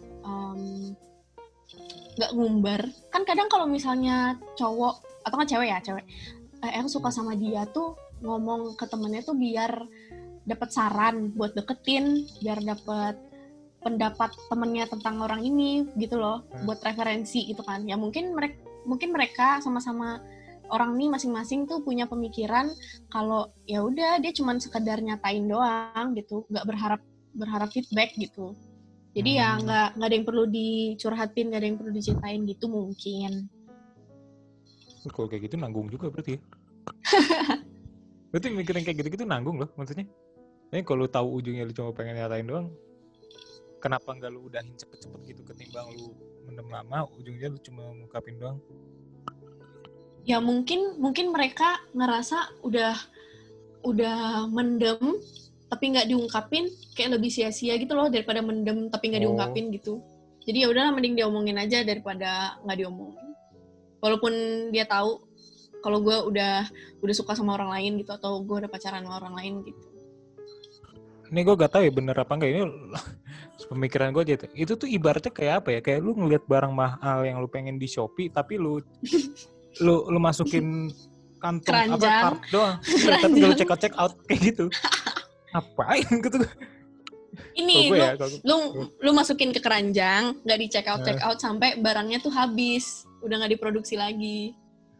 nggak ngumbar. Kan kadang kalau misalnya cowok atau kan cewek yang suka sama dia tuh ngomong ke temennya tuh biar dapat saran buat deketin, biar dapat pendapat temennya tentang orang ini gitu loh, buat referensi gitu kan. Ya mungkin mereka sama-sama orang ini masing-masing tuh punya pemikiran kalau ya udah dia cuma sekedar nyatain doang gitu, nggak berharap feedback gitu. Jadi ya nggak ada yang perlu dicurhatin, nggak ada yang perlu diceritain gitu mungkin. Kalau kayak gitu nanggung juga berarti ya? Berarti mikirin kayak gitu-gitu nanggung loh maksudnya. Kalau lu tahu ujungnya lu cuma pengen nyatain doang, kenapa nggak lu udahin cepet-cepet gitu ketimbang lu mendem lama, ujungnya lu cuma ngungkapin doang? Ya mungkin mereka ngerasa udah mendem tapi nggak diungkapin kayak lebih sia-sia gitu loh daripada mendem tapi nggak diungkapin gitu. Jadi ya udahlah mending diomongin aja daripada nggak diomongin. Walaupun dia tahu kalau gue udah suka sama orang lain gitu atau gue udah pacaran sama orang lain gitu. Ini gue gak tahu ya bener apa enggak, ini pemikiran gue aja. Itu tuh ibaratnya kayak apa ya? Kayak lu ngeliat barang mahal yang lu pengen di Shopee tapi lu masukin kantong keranjang. Cart doang. Tapi gak lu check out kayak gitu. Ngapain gitu? Ini lu masukin ke keranjang, nggak di check out sampai barangnya tuh habis, udah nggak diproduksi lagi.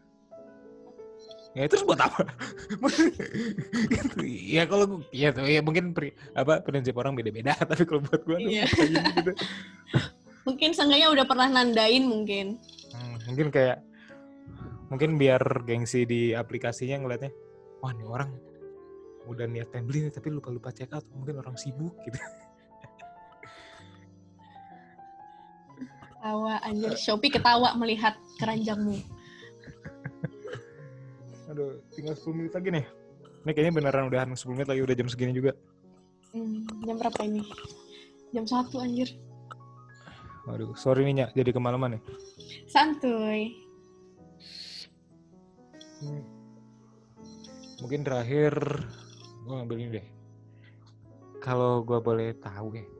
Ya terus buat apa? Ya kalau ya mungkin prinsip orang beda-beda, tapi kalau buat gue gitu. Mungkin seenggaknya udah pernah nandain mungkin. Mungkin biar gengsi di aplikasinya ngeliatnya, wah ini orang udah niat pengen beli nih tapi lupa check out, mungkin orang sibuk gitu. Tawa anjir, Shopee ketawa melihat keranjangmu. Aduh, tinggal 10 menit lagi nih. Ini kayaknya beneran udahan 10 menit lagi, udah jam segini juga. Jam berapa ini? Jam 1 anjir. Waduh, sorry nih Nyak, jadi kemalaman ya. Santuy. Mungkin terakhir gue ngambil ini deh. Kalau gue boleh tahu ya,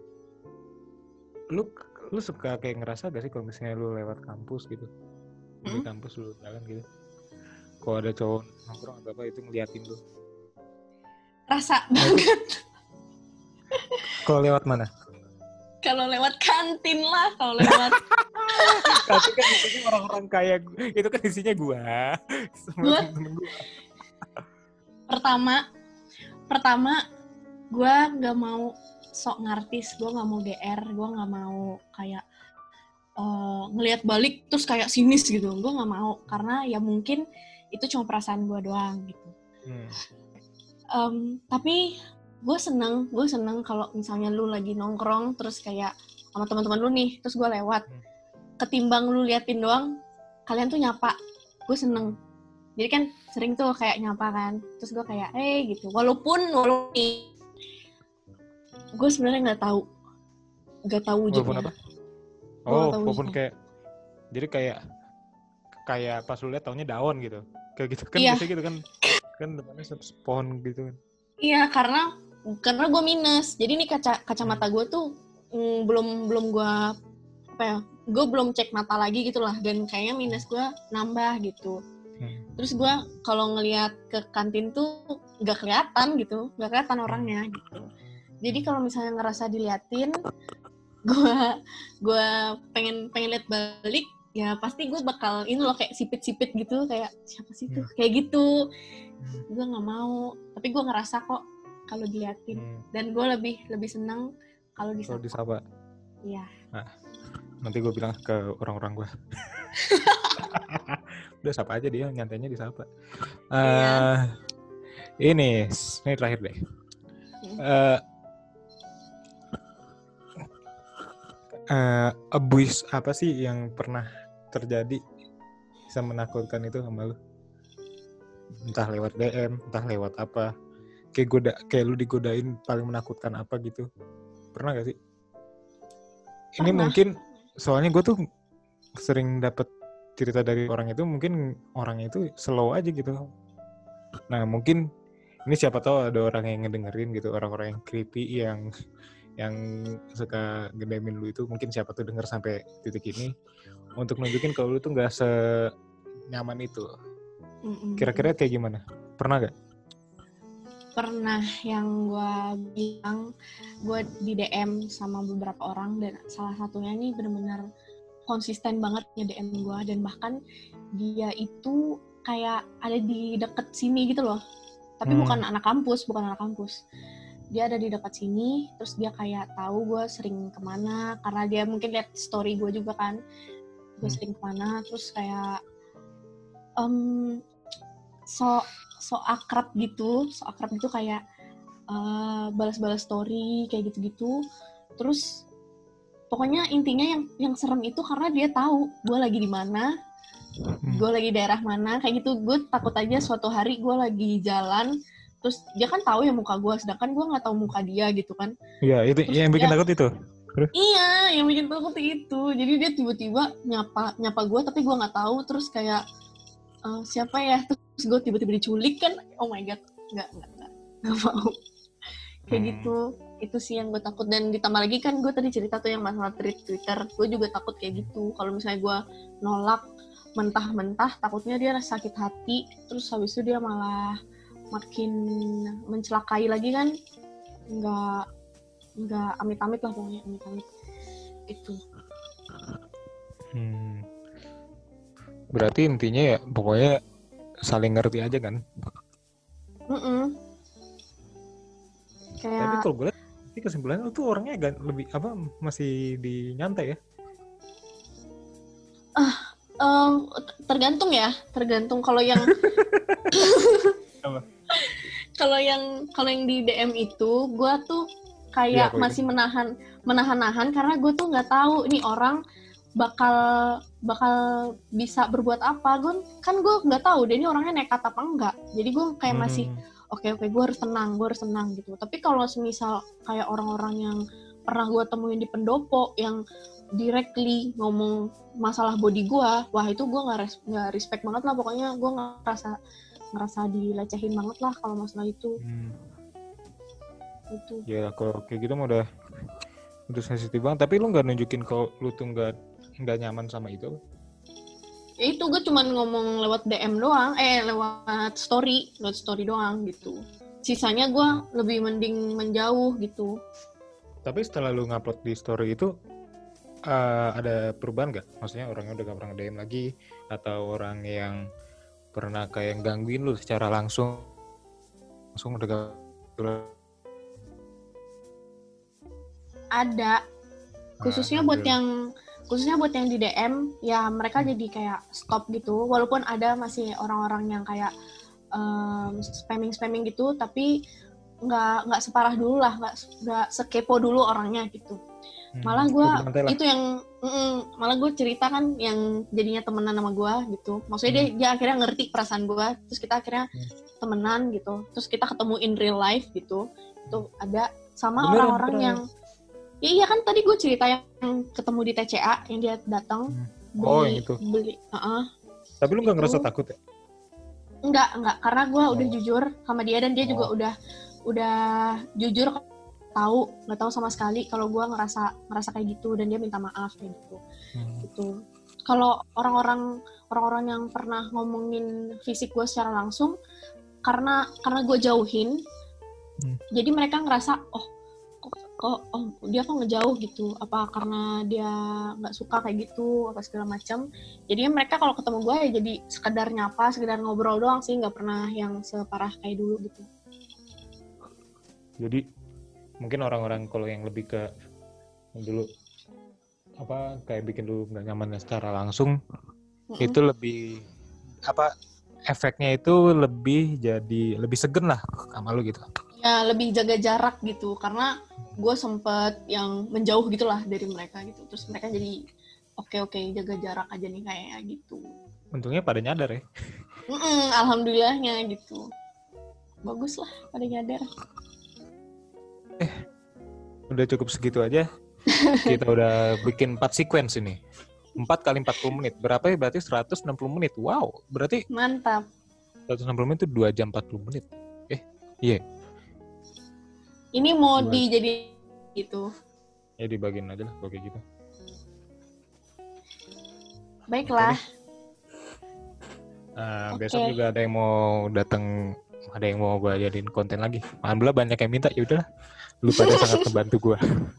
lu suka kayak ngerasa gak sih kalau misalnya lu lewat kampus gitu, di kampus lu jalan gitu, kalau ada cowok nongkrong atau apa itu ngeliatin lu? Rasa banget. Kalau lewat mana? Kalau lewat kantin lah, kalau lewat. Kantin kan isinya orang-orang kaya, itu kan isinya gua. Temen-temen gua. Pertama, gue nggak mau sok ngartis, gue nggak mau GR, gue nggak mau kayak ngelihat balik terus kayak sinis gitu, gue nggak mau karena ya mungkin itu cuma perasaan gue doang gitu. Tapi gue seneng kalau misalnya lu lagi nongkrong terus kayak sama teman-teman lu nih, terus gue lewat, ketimbang lu liatin doang, kalian tuh nyapa, gue seneng. Jadi kan sering tuh kayak nyapa kan, terus gue kayak gitu, walaupun gue sebenarnya nggak tahu wujudnya. Walaupun kayak, jadi kayak pas lu lihat taunya daun gitu, kayak gitu kan. Iya. Biasanya gitu kan depannya pohon gitu kan. Iya, karena gue minus, jadi nih kacamata gue tuh belum gue gue belum cek mata lagi gitu lah, dan kayaknya minus gue nambah gitu. Terus gue kalau ngelihat ke kantin tuh nggak kelihatan orangnya gitu. Jadi kalau misalnya ngerasa diliatin, gue pengen lihat balik, ya pasti gue bakal ini loh kayak sipit-sipit gitu, kayak siapa sih tuh, kayak gitu. Gue nggak mau, tapi gue ngerasa kok kalau diliatin, dan gue lebih senang kalau disapa. Iya. Nah, nanti gue bilang ke orang-orang gue. Udah sapa aja dia, nyantainya disapa. Ini terakhir deh. Abuse apa sih yang pernah terjadi bisa menakutkan itu sama lu? Entah lewat DM, entah lewat apa. Kayak lu digodain paling menakutkan apa gitu. Pernah gak sih? Ini mungkin soalnya gue tuh sering dapet cerita dari orang itu, mungkin orangnya itu slow aja gitu. Nah mungkin ini siapa tahu ada orang yang ngedengerin gitu, orang-orang yang creepy yang suka gedemin lu itu, mungkin siapa tuh denger sampai titik ini untuk nunjukin kalau lu tuh nggak senyaman itu. Kira-kira kayak gimana? Pernah gak? Pernah, yang gue bilang gue di DM sama beberapa orang, dan salah satunya nih benar-benar konsisten banget nge-DM gue, dan bahkan dia itu kayak ada di deket sini gitu loh, tapi bukan anak kampus. Dia ada di dekat sini, terus dia kayak tahu gue sering kemana, karena dia mungkin lihat story gue juga kan, gue sering kemana, terus kayak so akrab gitu kayak balas-balas story kayak gitu-gitu. Terus pokoknya intinya yang serem itu karena dia tahu gue lagi di mana, gue lagi daerah mana kayak gitu. Gue takut aja suatu hari gue lagi jalan, terus dia kan tahu ya muka gue, sedangkan gue nggak tahu muka dia gitu kan. Iya, itu terus yang bikin takut itu. Iya, yang bikin takut itu. Jadi dia tiba-tiba nyapa gue, tapi gue nggak tahu. Terus kayak siapa ya? Terus gue tiba-tiba diculik kan? Oh my god, nggak mau. Kayak gitu. Itu sih yang gue takut. Dan ditambah lagi kan gue tadi cerita tuh yang masalah Twitter. Gue juga takut kayak gitu. Kalau misalnya gue nolak mentah-mentah, takutnya dia sakit hati. Terus habis itu dia malah makin mencelakai lagi kan, nggak amit-amit lah pokoknya, amit-amit gitu. Berarti intinya ya pokoknya saling ngerti aja kan. Kayak... Tapi kalau gue lihat kesimpulannya lu tuh orangnya agak lebih masih dinyantai ya. Tergantung kalau yang kalau yang di DM itu gue tuh kayak masih menahan karena gue tuh nggak tahu ini orang bakal bisa berbuat apa. Gue nggak tahu deh ini orangnya nekat apa enggak. Jadi gue kayak masih oke, gue harus tenang gitu. Tapi kalau semisal kayak orang-orang yang pernah gue temuin di pendopo yang directly ngomong masalah body gue, wah itu gue nggak respect banget lah. Pokoknya gue ngerasa dilecehin banget lah kalau masalah itu. Itu. Ya kalau kayak gitu mah udah sensitif banget. Tapi lu nggak nunjukin kalau lu tuh nggak nyaman sama itu? Ya itu gue cuman ngomong lewat DM doang, lewat story doang gitu. Sisanya gue lebih mending menjauh gitu. Tapi setelah lu ngupload di story itu ada perubahan nggak? Maksudnya orangnya udah gak pernah DM lagi, atau orang yang pernah kayak gangguin lu secara langsung udah gak? Ada, khususnya buat yang di DM ya, mereka jadi kayak stop gitu. Walaupun ada masih orang-orang yang kayak spamming gitu, tapi nggak separah dulu lah, nggak sekepo dulu orangnya gitu. Malah gue itu yang malah gue cerita kan yang jadinya temenan sama gue gitu. Maksudnya dia akhirnya ngerti perasaan gue, terus kita akhirnya temenan gitu. Terus kita ketemu in real life gitu. Itu ada sama orang-orang yang iya kan tadi gue cerita yang ketemu di TCA yang dia datang beli. Tapi lu nggak ngerasa takut ya? Enggak, karena gue udah jujur sama dia, dan dia juga udah jujur, nggak tahu sama sekali kalau gue ngerasa kayak gitu, dan dia minta maaf kayak gitu. Gitu. Kalau orang-orang yang pernah ngomongin fisik gue secara langsung, karena gue jauhin, jadi mereka ngerasa dia kok ngejauh gitu, apa karena dia nggak suka kayak gitu apa segala macam. Jadinya mereka kalau ketemu gue ya jadi sekedar nyapa, sekedar ngobrol doang sih, nggak pernah yang separah kayak dulu gitu. Jadi mungkin orang-orang kalau yang lebih ke yang dulu apa kayak bikin lu nggak nyaman secara langsung, itu lebih apa efeknya itu lebih jadi lebih segen lah sama lu gitu. Ya lebih jaga jarak gitu, karena gue sempet yang menjauh gitulah dari mereka gitu, terus mereka jadi oke, jaga jarak aja nih kayak gitu. Untungnya pada nyadar ya. Alhamdulillahnya gitu, bagus lah pada nyadar. Udah cukup segitu aja. Kita udah bikin 4 sequence ini. 4 kali 40 menit. Berapa ya? Berarti 160 menit. Wow, berarti Mantap. 160 menit itu 2 jam 40 menit. Iya. Ini mau dijadiin gitu. Ya dibagiin aja lah kalau kayak gitu. Baiklah. Besok juga ada yang mau datang, ada yang mau gue jadiin konten lagi. Alhamdulillah banyak yang minta, ya udahlah. Lu pada sangat membantu gue.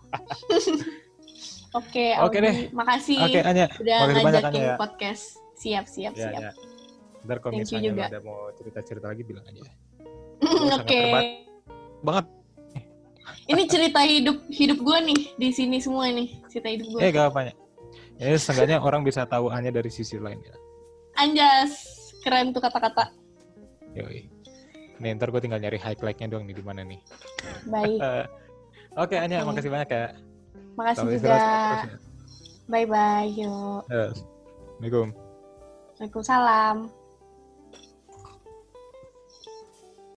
Oke deh. Makasih Anya. udah ngajakin ya. Podcast. Siap. Ya. Ntar kalau misalnya ada mau cerita-cerita lagi bilang aja. Oke. Banget. Ini cerita hidup gue nih di sini semua nih, cerita hidup gue. Gak apa-apa. Ya seenggaknya orang bisa tahu Anya dari sisi lain ya. Anjas, keren tuh kata-kata. Yoi. Nih ntar gue tinggal nyari highlight-nya doang nih di mana nih. Baik. Oke, Anya, makasih banyak ya. Makasih juga. Bye-bye, yuk. Assalamualaikum. Waalaikumsalam.